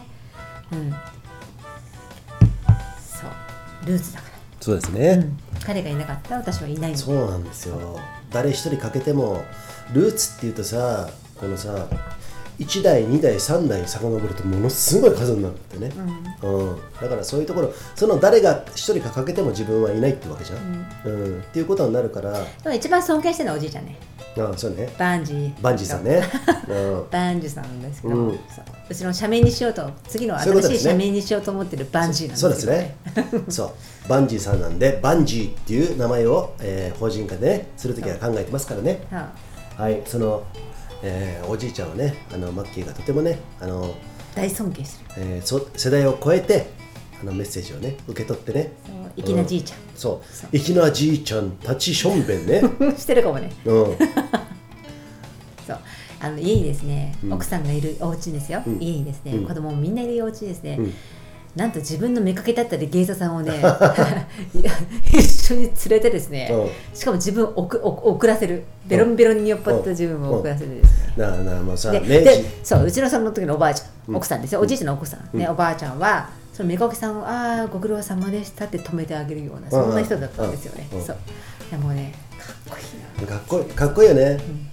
ルーツだから。 そうですね、 彼がいなかったら私はいないの。 そうなんですよ。誰一人欠けても、ルーツっていうとさ、このさ、1代2代3代遡るとものすごい数になってね、だからそういうところ、その誰が一人か欠けても自分はいないってわけじゃん、っていうことになるから。でも一番尊敬してるのはおじいちゃんね。 そうね、 バンジーさんねバンジーさんですけど、うちの社名にしようと、次の新しい社名にしようと思ってるバンジーなんですよね。 そうですねそうバンジーさんなんで、バンジーっていう名前を、法人化でねするときは考えてますからね。はい、その、おじいちゃんはね、マッキーがとてもね、 大尊敬してる、 世代を超えてメッセージをね受け取ってね、 粋なじいちゃん、 粋なじいちゃんたちしょんべんねしてるかもね。そう家にですね、奥さんがいるお家ですよ、家にですね、子供もみんないるお家ですね、なんと自分の妾だったり芸者さんをね一緒に連れてですね、しかも自分を遅らせる、ベロンベロンに酔っ払った自分を遅らせてですね、 もうさ、 でそう、うちのその時のおばあちゃん、奥さんですよ、おじいちゃんの奥さん、ね、おばあちゃんはその妾さんをご苦労様でしたって止めてあげるような、そんな人だったんですよね。そうでもね、かっこいいな。 かっこいいよね。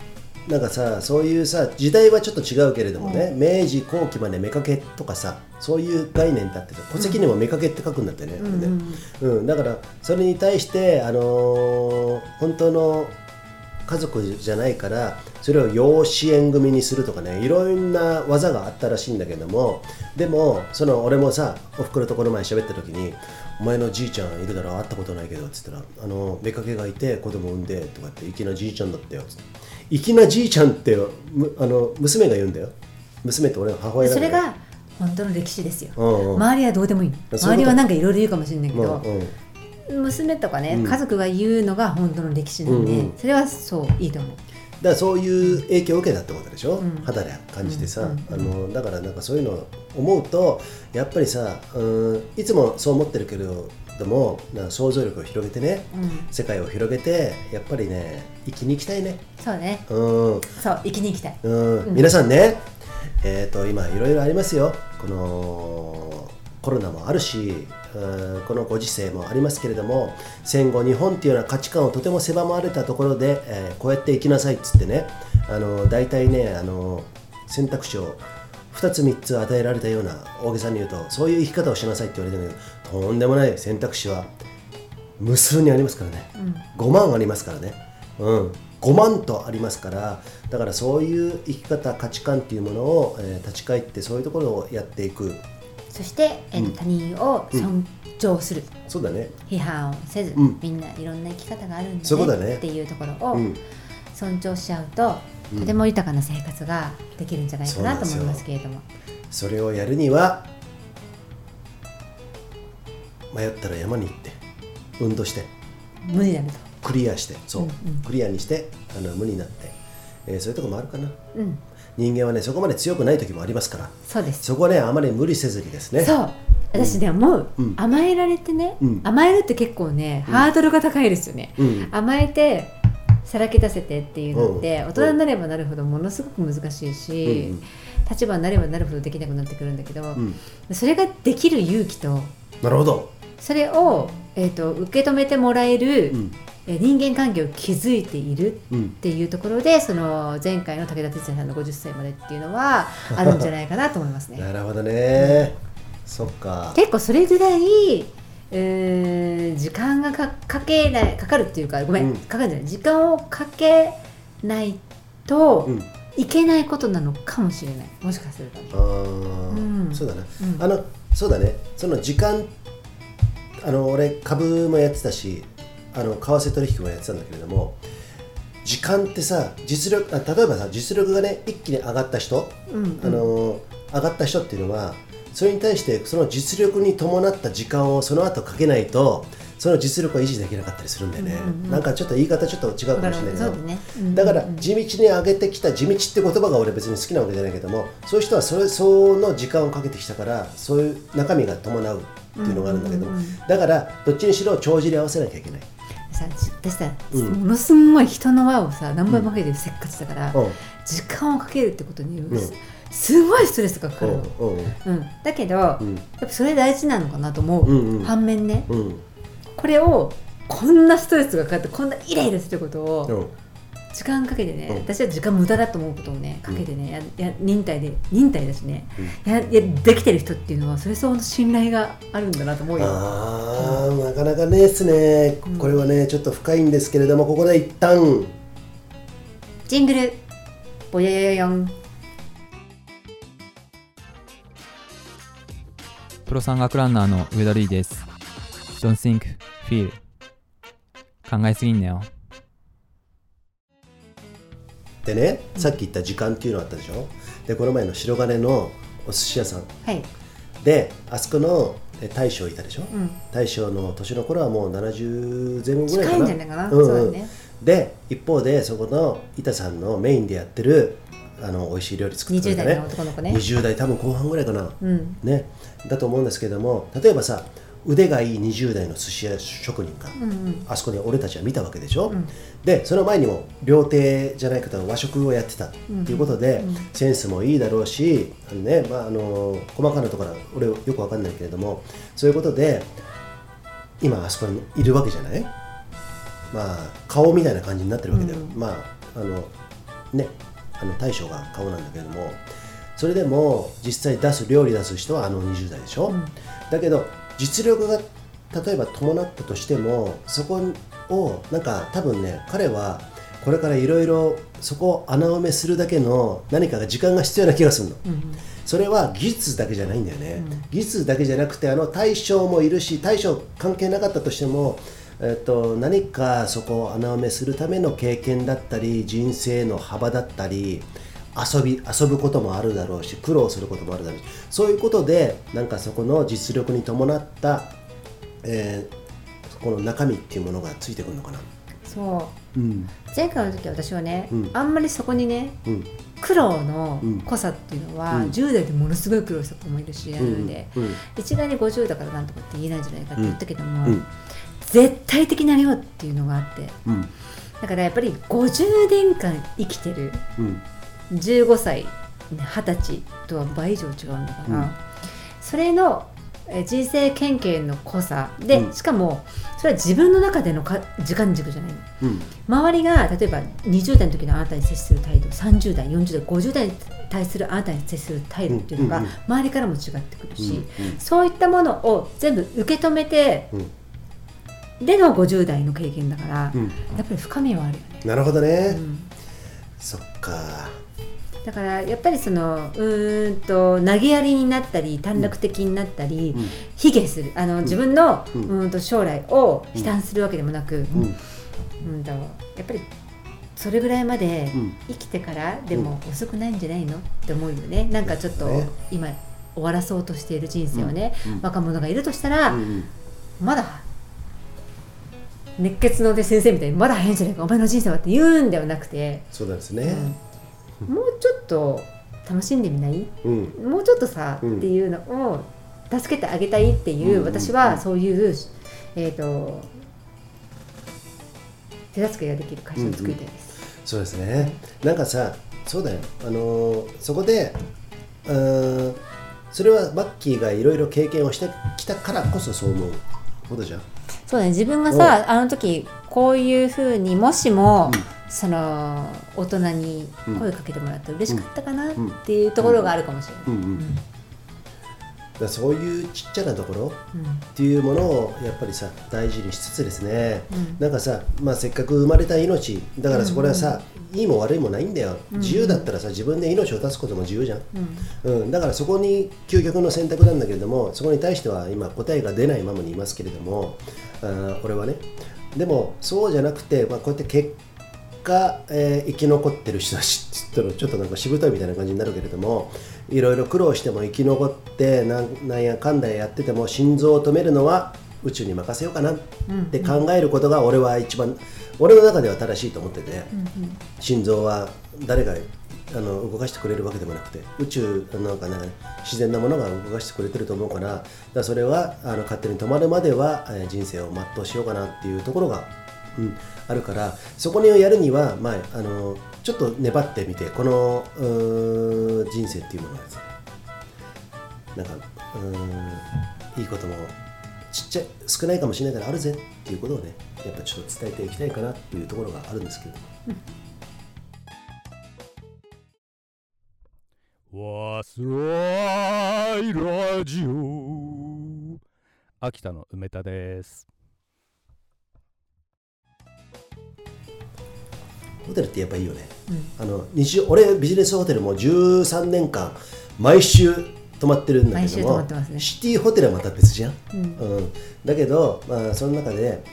なんかさ、そういうさ時代はちょっと違うけれどもね、明治後期まで妾とかさ、そういう概念だって戸籍にも妾って書くんだってね、だからそれに対して、本当の家族じゃないからそれを養子縁組にするとかね、いろんな技があったらしいんだけども、でも俺もさ、おふくろとこの前喋った時に、お前のじいちゃんいるだろ、会ったことないけどっつったら、妾がいて子供産んでとかって、粋なじいちゃんだったよっつって、粋なじいちゃんって娘が言うんだよ。娘って俺の母親だから、 それが本当の歴史ですよ。周りはどうでもいい。周りはなんかいろいろ言うかもしれないけど、娘とかね、家族が言うのが本当の歴史なんで、それはそういいと思う。 だからそういう影響を受けたってことでしょ、肌で感じてさ、だからなんかそういうのを思うと、やっぱりさ、いつもそう思ってるけれども、想像力を広げてね、世界を広げて、やっぱりね、生きに行きたいね。 そうね、そう生きに行きたい。 皆さんね、今いろいろありますよ。このコロナもあるし、このご時世もありますけれども、戦後日本っていうような価値観をとても狭まれたところで、こうやって生きなさいっつってね、大体ね、選択肢を2つ3つ与えられたような、大げさに言うとそういう生き方をしなさいって言われてるんだけど、とんでもない選択肢は無数にありますからね、5万ありますからね、5万とありますから、だからそういう生き方、価値観っていうものを、立ち返って、そういうところをやっていく。 そして、他人を尊重する、 そうだね、 批判をせず、みんないろんな生き方があるんだねっていうところを尊重しちゃうと、とても豊かな生活ができるんじゃないかなと思いますけれども、 それをやるには迷ったら山に行って運動して無になると、 クリアして、クリアにして無になって、そういうところもあるかな、人間はね、そこまで強くない時もありますから、 そうです。 そこはね、あまり無理せずにですね。 そう、私ね思う、甘えられてね、甘えるって結構ね、ハードルが高いですよね、甘えてさらけ出せてっていうのって、大人になればなるほどものすごく難しいし、立場になればなるほどできなくなってくるんだけど、それができる勇気と、 なるほど、 それを、受け止めてもらえる、人間関係を築いているっていうところで、その前回の武田鉄矢さんの50歳までっていうのはあるんじゃないかなと思いますね。 なるほどね、そっか。 結構それぐらい、時間がかかるっていうか、かかるんじゃない、時間をかけないといけないことなのかもしれない、もしかすると。 そうだな、そうだね、その時間、俺株もやってたし、為替取引もやってたんだけれども、時間ってさ、実力、例えばさ、実力がね一気に上がった人、上がった人っていうのは、それに対してその実力に伴った時間をその後かけないと、その実力は維持できなかったりするんだよね。なんかちょっと言い方ちょっと違うかもしれないけど、だから地道に上げてきた、地道って言葉が俺別に好きなわけじゃないけども、そういう人はその時間をかけてきたから、そういう中身が伴うっていうのがあるんだけど、だからどっちにしろ帳尻合わせなきゃいけない。 私さ、ものすごい人の輪をさ何倍もかけてるせっかちだから、時間をかけるってことにすごいストレスがかかるの、だけど、やっぱそれ大事なのかなと思う、反面ね、これをこんなストレスがかかって、こんなイライラすることを時間かけてね、私は時間無駄だと思うことをねかけてね、忍耐だしね、できてる人っていうのはそれ相応の信頼があるんだなと思うよ。 なかなかねですね、これはねちょっと深いんですけれども、ここで一旦ジングルボヨヨヨヨン。 プロ山岳ランナーの上田瑠衣です。 Don't think, feel 考えすぎんなよ。 でね、さっき言った時間っていうのあったでしょ。で、この前の白金のお寿司屋さん、で、あそこの大将いたでしょ、大将の年の頃はもう70前後ぐらいかな、近いんじゃないかな、そうだね。で、一方でそこの板さんのメインでやってる美味しい料理作ってくれたね、20代の男の子ね、20代多分後半ぐらいかな、ね、だと思うんですけども、例えばさ、腕がいい20代の寿司屋職人が、あそこに俺たちは見たわけでしょ、でその前にも料亭じゃないけど和食をやってたっていうことで、センスもいいだろうし、ね、細かなところは俺よく分かんないけれども、そういうことで今あそこにいるわけじゃない。顔みたいな感じになってるわけだよ、 ね、大将が顔なんだけれども、それでも実際料理出す人は20代でしょ、だけど実力が例えば伴ったとしても、そこをなんか多分ね、彼はこれからいろいろそこを穴埋めするだけの何かが時間が必要な気がするの、それは技術だけじゃないんだよね、技術だけじゃなくて大将もいるし、大将関係なかったとしても、何かそこを穴埋めするための経験だったり、人生の幅だったり、遊ぶこともあるだろうし、苦労することもあるだろうし、そういうことでなんかそこの実力に伴った、この中身っていうものがついてくるのかな。 そう、前回の時私はね、あんまりそこにね、苦労の濃さっていうのは、10代でものすごい苦労した子もいるし、なので、一概に50だからなんとかって言えないんじゃないかって言ったけども、絶対的な量っていうのがあって、だからやっぱり50年間生きてる、15歳20歳とは倍以上違うんだから、それの人生経験の濃さで、しかもそれは自分の中での時間軸じゃないの、周りが例えば20代の時のあなたに接する態度、30代40代50代に対するあなたに接する態度っていうのが周りからも違ってくるし、そういったものを全部受け止めて、での50代の経験だから、やっぱり深みはあるよね。 なるほどね、そっか。 だからやっぱりその投げやりになったり短絡的になったり、卑下する自分の将来を悲嘆するわけでもなく、やっぱりそれぐらいまで生きてからでも遅くないんじゃないのって思うよね。なんかちょっと今終わらそうとしている人生をね、若者がいるとしたら、まだ熱血の先生みたいにまだ早いんじゃないかお前の人生はって言うんではなくて、 そうですね、 もうちょっと楽しんでみない、もうちょっとさ、っていうのを助けてあげたいっていう、私はそういう、手助けができる会社を作りたいです、 そうですね、なんかさ、そうだよ、そこでそれはマッキーがいろいろ経験をしてきたからこそそう思うことじゃん。 そうだね、自分がさ、あの時こういうふうにもしも、その大人に声かけてもらって嬉しかったかなっていうところがあるかもしれない。 だそういうちっちゃなところっていうものをやっぱりさ大事にしつつですね、なんかさ、せっかく生まれた命だから、そこはさ、いいも悪いもないんだよ、自由だったらさ、自分で命を絶つことも自由じゃん、だからそこに究極の選択なんだけれども、そこに対しては今答えが出ないままにいますけれども、俺はね、でもそうじゃなくて、こうやって結果、生き残ってる人たちって言ったらちょっとなんかしぶといみたいな感じになるけれども、いろいろ苦労しても生き残ってなんやかんだやってても、心臓を止めるのは宇宙に任せようかなって考えることが俺は一番、俺の中では正しいと思ってて、心臓は誰が動かしてくれるわけでもなくて、宇宙なんかね、自然なものが動かしてくれてると思うから、それは勝手に止まるまでは人生を全うしようかなっていうところが、あるから、そこにやるには、ちょっと粘ってみて、この人生っていうものがですね、なんかいいこともちっちゃい少ないかもしれないからあるぜっていうことをね、やっぱちょっと伝えていきたいかなっていうところがあるんですけど、 わすらいラジオ、秋田の梅田です。 ホテルってやっぱいいよね、俺ビジネスホテルも13年間毎週泊まってるんだけども、ね、シティホテルはまた別じゃん、だけど、その中で、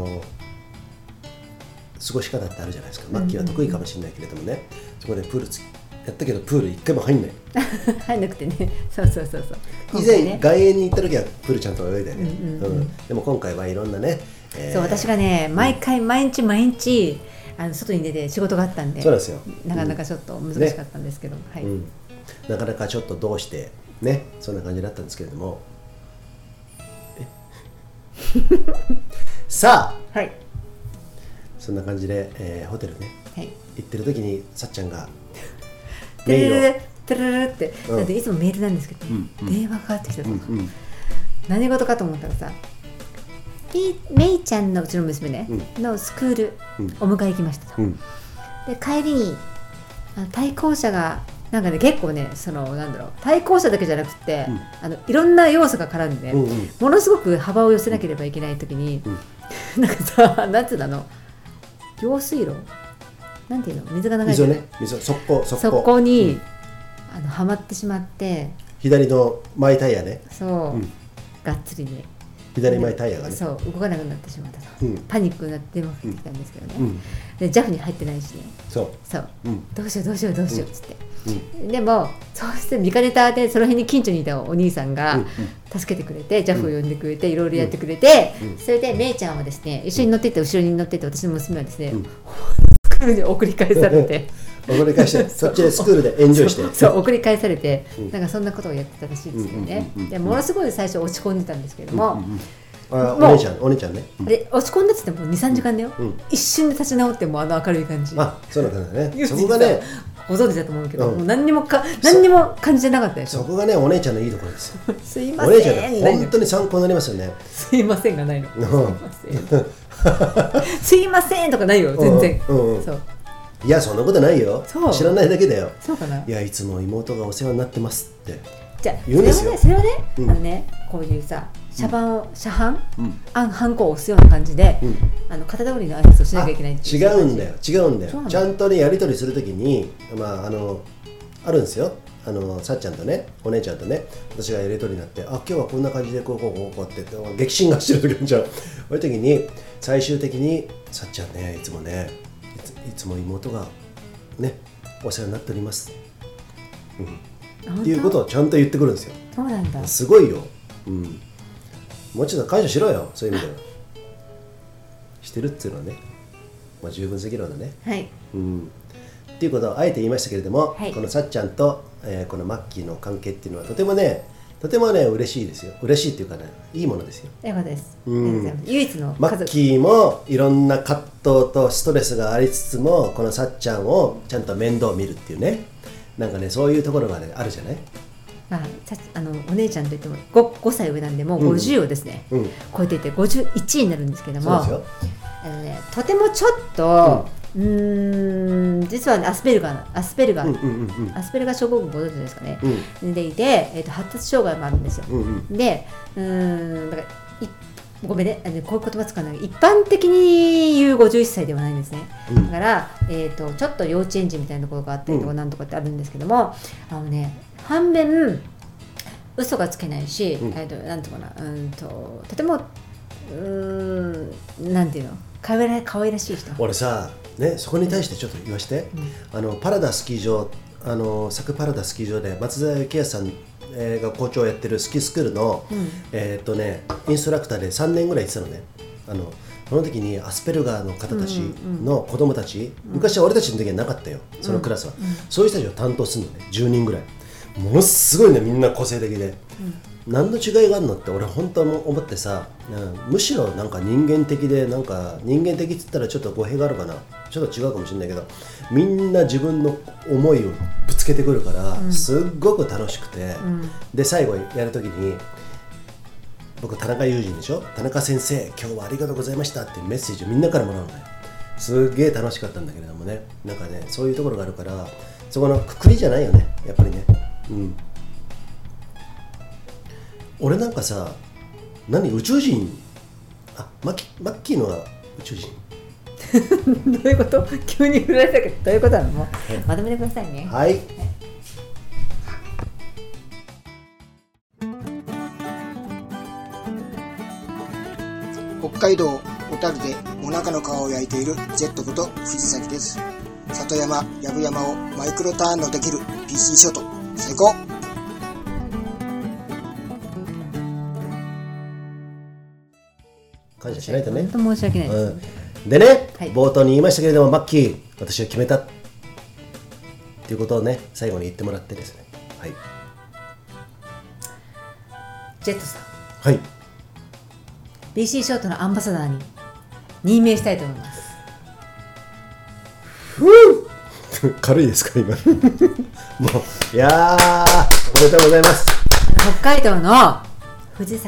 過ごし方ってあるじゃないですか。マッキーは得意かもしれないけれどもね、そこでプールやったけどプール一回も入んない入んなくてね、そう以前、外苑に行った時はプールちゃんと泳いだよね、でも今回はいろんなね、 そう私がね、毎日外に出て仕事があったんで、 そうですよ、 なかなかちょっと難しかったんですけど、 なかなかちょっとどうしてね、そんな感じだったんですけれどもさあ、そんな感じで、ホテルね、行ってる時にさっちゃんがメールをトゥルルルって、だっていつもメールなんですけど、電話かかってきたとか、何事かと思ったらさ、メイちゃんのうちの娘ね、のスクールお迎え行きましたと、で帰りに対向車がなんかね結構ねなんだろう対向車だけじゃなくて、いろんな要素が絡んで、ものすごく幅を寄せなければいけないときに、なんかさなんつうの用水路なんていうの水が流れてる水そこに、はまってしまって左の前タイヤねそう、がっつりね左前タイヤがねそう動かなくなってしまったと、パニックになって電話かけてきたんですけどね、で JAF に入ってないしねそう、どうしようっつって、でもそうして見かねたでその辺に近所にいたお兄さんが助けてくれて、JAF を呼んでくれていろいろやってくれて、それでめいちゃんはですね一緒に乗ってって後ろに乗ってって私の娘はですね、スクールに送り返されて送り返してそっちでスクールでエンジョイしてそう送り返されて、なんかそんなことをやってたらしいですよね。でものすごい最初落ち込んでたんですけども、お姉ちゃんね、で落ち込んだって言っても 2,3 時間だよ、一瞬で立ち直っても明るい感じ。 そうなんだね。そこがねご存知だと思うけど、もう何にも感じてなかったでしょ。 そこがねお姉ちゃんのいいところですよすいません、 お姉ちゃんね本当に参考になりますよね。 すいませんがないの、すいませんとかないよ全然。そういやそんなことないよ、知らないだけだよ。 そうかな。いやいつも妹がお世話になってますってじゃあ言うんですよ。 それはね、こういうさ車販ハンコを押すような感じで、型通りの挨拶をしなきゃいけないっていう。 違うんだよちゃんとねやり取りするときにあるんですよ。さっちゃんとねお姉ちゃんとね私がやり取りになって今日はこんな感じでこうって激震がしてる時じゃんそういう時に最終的にさっちゃんねいつも妹がねお世話になっております、っていうことをちゃんと言ってくるんですよ。 そうなんだ。 すごいよ、もうちょっと感謝しろよそういう意味ではしてるっていうのはね、十分すぎるのね。 はい、 っていうことをあえて言いましたけれども、このさっちゃんと、このマッキーの関係っていうのはとてもね嬉しいですよ。嬉しいっていうかねいいものですよ。 よかったです。唯一のマッキーもいろんな葛藤とストレスがありつつもこのさっちゃんをちゃんと面倒見るっていうね、なんかねそういうところが、ね、あるじゃない。 お姉ちゃんといっても 5歳上なんでもう50をですね、超えていて51になるんですけども、とてもちょっと、実は、ね、アスペルガー症候群ご存知ですかね、でいて、発達障害もあるんですよ。でだからごめんねこういう言葉使うのは一般的に言う51歳ではないんですね。だから、ちょっと幼稚園児みたいなところがあったりとかなんとかってあるんですけども、反面嘘がつけないし、なんとかなとてもなんていうの可愛らしい人。 俺さねそこに対してちょっと言わして、パラダスキー場サクパラダスキー場で松田幸也さんが校長をやってるスキースクールの、インストラクターで3年ぐらい行ってたのね。その時にアスペルガーの方たちの子供たち、昔は俺たちの時はなかったよそのクラスは、そういう人たちを担当するのね。10人ぐらいものすごいねみんな個性的で、何の違いがあるのって俺本当は思ってさ、むしろなんか人間的でなんか人間的って言ったらちょっと語弊があるかな、ちょっと違うかもしれないけどみんな自分の思いをぶつけてくるから、すっごく楽しくて、で最後やるときに僕田中裕二でしょ、田中先生今日はありがとうございましたっていうメッセージをみんなからもらうのね。すげえ楽しかったんだけれどもね、なんかねそういうところがあるからそこのくくりじゃないよねやっぱりね。俺なんかさ宇宙人マッキーのは宇宙人どういうこと？急に振られたけどどういうことなの？もうまとめてくださいね。 はい、 北海道小樽でお腹の皮を焼いているジェットこと藤崎です。里山やぶ山をマイクロターンのできる PC ショート最高。 感謝しないとね。 本当申し訳ないです、 でね、冒頭に言いましたけれどもマッキー私は決めたっていうことをね最後に言ってもらってですね、 ジェットさん、 はい、 BC ショートのアンバサダーに任命したいと思います。 軽いですか今もういやおめでとうございます。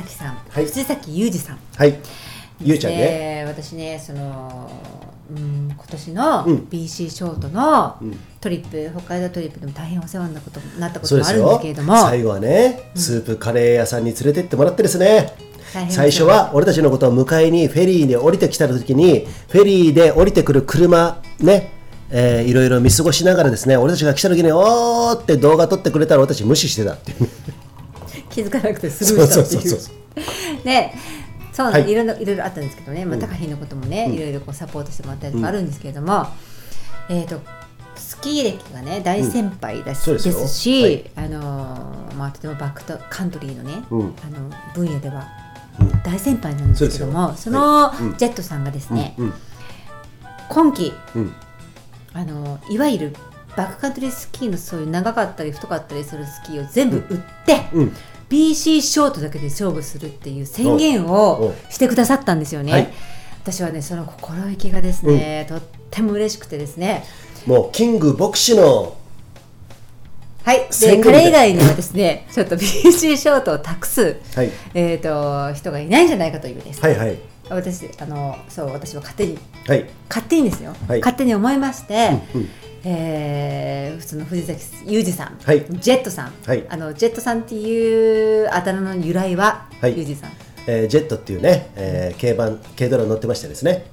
北海道の藤崎さん、藤崎裕二さん、 ゆうちゃんね。 私ね今年の BC ショートのトリップ、北海道トリップでも大変お世話になったこともあるんですけれども、 最後はね、スープカレー屋さんに連れてってもらってですね、最初は俺たちのことを迎えにフェリーで降りてきた時に、フェリーで降りてくる車ね、いろいろ見過ごしながらですね、俺たちが来た時におーって動画撮ってくれたら私たち無視してたっていう気づかなくてスルーしたっていうね。そうなん、いろいろあったんですけどね、高飛のこともね、いろいろサポートしてもらったりとかあるんですけれども、スキー歴がね大先輩ですし、とてもバックカントリーのね、分野では大先輩なんですけども、そのジェットさんがですね、今季いわゆるバックカントリースキーのそういう長かったり太かったりするスキーを全部売って、BC ショートだけで勝負するっていう宣言をしてくださったんですよね。私はねその心意気がですね、とっても嬉しくてですね、 もうキング牧師ので彼以外にはですねちょっと BC ショートを託す、人がいないんじゃないかというですね、私は勝手にですよ、勝手に思いまして、普通の藤崎裕二さん、ジェットさん、ジェットさんっていうあだ名の由来は、裕二さん、 ジェットっていうね、軽ドラ乗ってましてですね、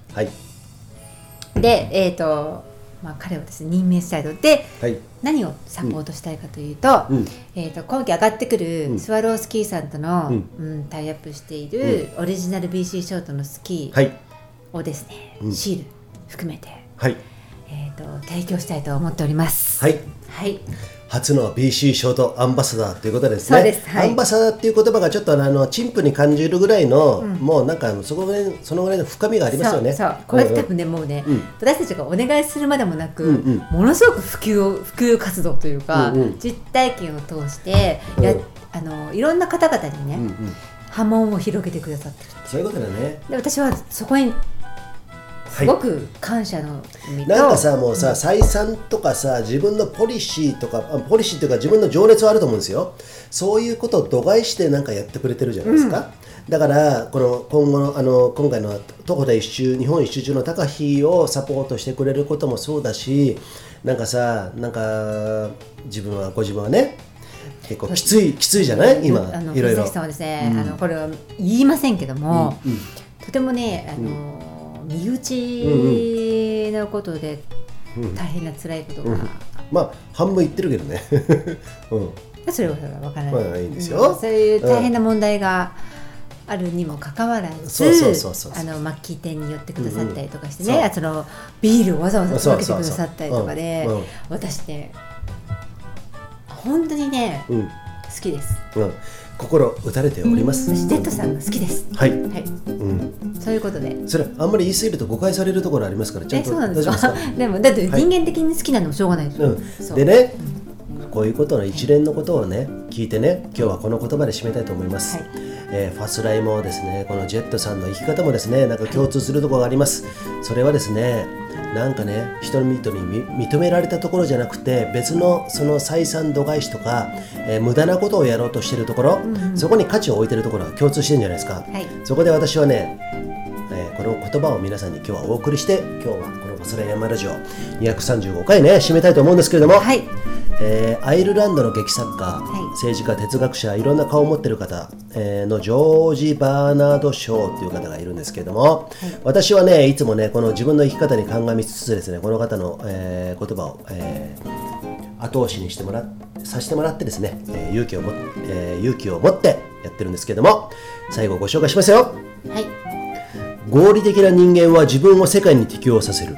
で彼をですね任命したいので、何をサポートしたいかというと、今季上がってくるスワロースキーさんとの、タイアップしているオリジナル BC ショートのスキーをですね、シール含めて、提供したいと思っております。 初の BC ショートアンバサダーということですね。 そうです、 アンバサダーっていう言葉がちょっと陳腐に感じるぐらいの、もうなんかそのぐらいの深みがありますよね。 これ多分ね、もうね、私たちがお願いするまでもなく、ものすごく普及活動というか、実体験を通していろんな方々にね、波紋を広げてくださってる。 そういうことだね。 で私はそこにすごく感謝の意味と、 なんかさ、もうさ、採算とかさ、自分のポリシーとかというか自分の情熱はあると思うんですよ。そういうことを度外してなんかやってくれてるじゃないですか。だから今回の徒歩で日本一周中の高飛をサポートしてくれることもそうだし、なんか自分はね結構きついじゃない、今いろいろ。 藤崎さんはですね、これは言いませんけども、とてもね身内のことで大変な辛いことが、 半分言ってるけどねそれは分からない、 いいんですよ。 そういう大変な問題があるにもかかわらず、マッキー店に寄ってくださったりとかしてね、ビールをわざわざ届けてくださったりとかで、私ね本当にね、好きです。 心打たれております。 私ジェットさんが好きです。そういうことで、 それあんまり言い過ぎると誤解されるところありますから、ちゃんと大丈夫ですか？ でもだって人間的に好きなのもしょうがないでしょ。 でね、こういうことの一連のことをね聞いてね、今日はこの言葉で締めたいと思います。ファスライもですね、このジェットさんの生き方もですね、なんか共通するところがあります。それはですね、なんかね、人々に認められたところじゃなくて、別のその採算度外視とか、無駄なことをやろうとしているところ、そこに価値を置いているところが共通してるんじゃないですか。そこで私はね、この言葉を皆さんに今日はお送りして、今日はこのファスライヤマラジオ235回ね締めたいと思うんですけれども、アイルランドの劇作家、政治家、哲学者、いろんな顔を持っている方、のジョージ・バーナード・ショーという方がいるんですけれども、私はねいつもねこの自分の生き方に鑑みつつですね、この方の、言葉を、後押しにさせてもらってですね、勇気を持ってやってるんですけども、最後ご紹介しますよ。合理的な人間は自分を世界に適応させる。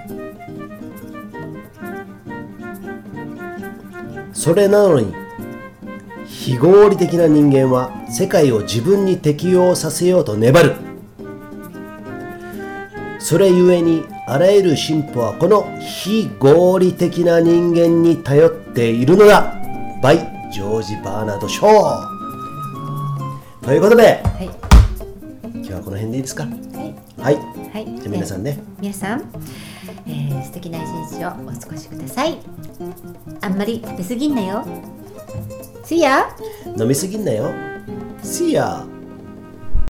それなのに非合理的な人間は世界を自分に適応させようと粘る。それゆえにあらゆる進歩はこの非合理的な人間に頼っているのだ。バイ・ジョージ・バーナード・ショーということで、今日はこの辺でいいですか？じゃあ皆さんね、 素敵な一日をお過ごしください。あんまり食べ過ぎんなよ。See ya! 飲み過ぎんなよ。See ya!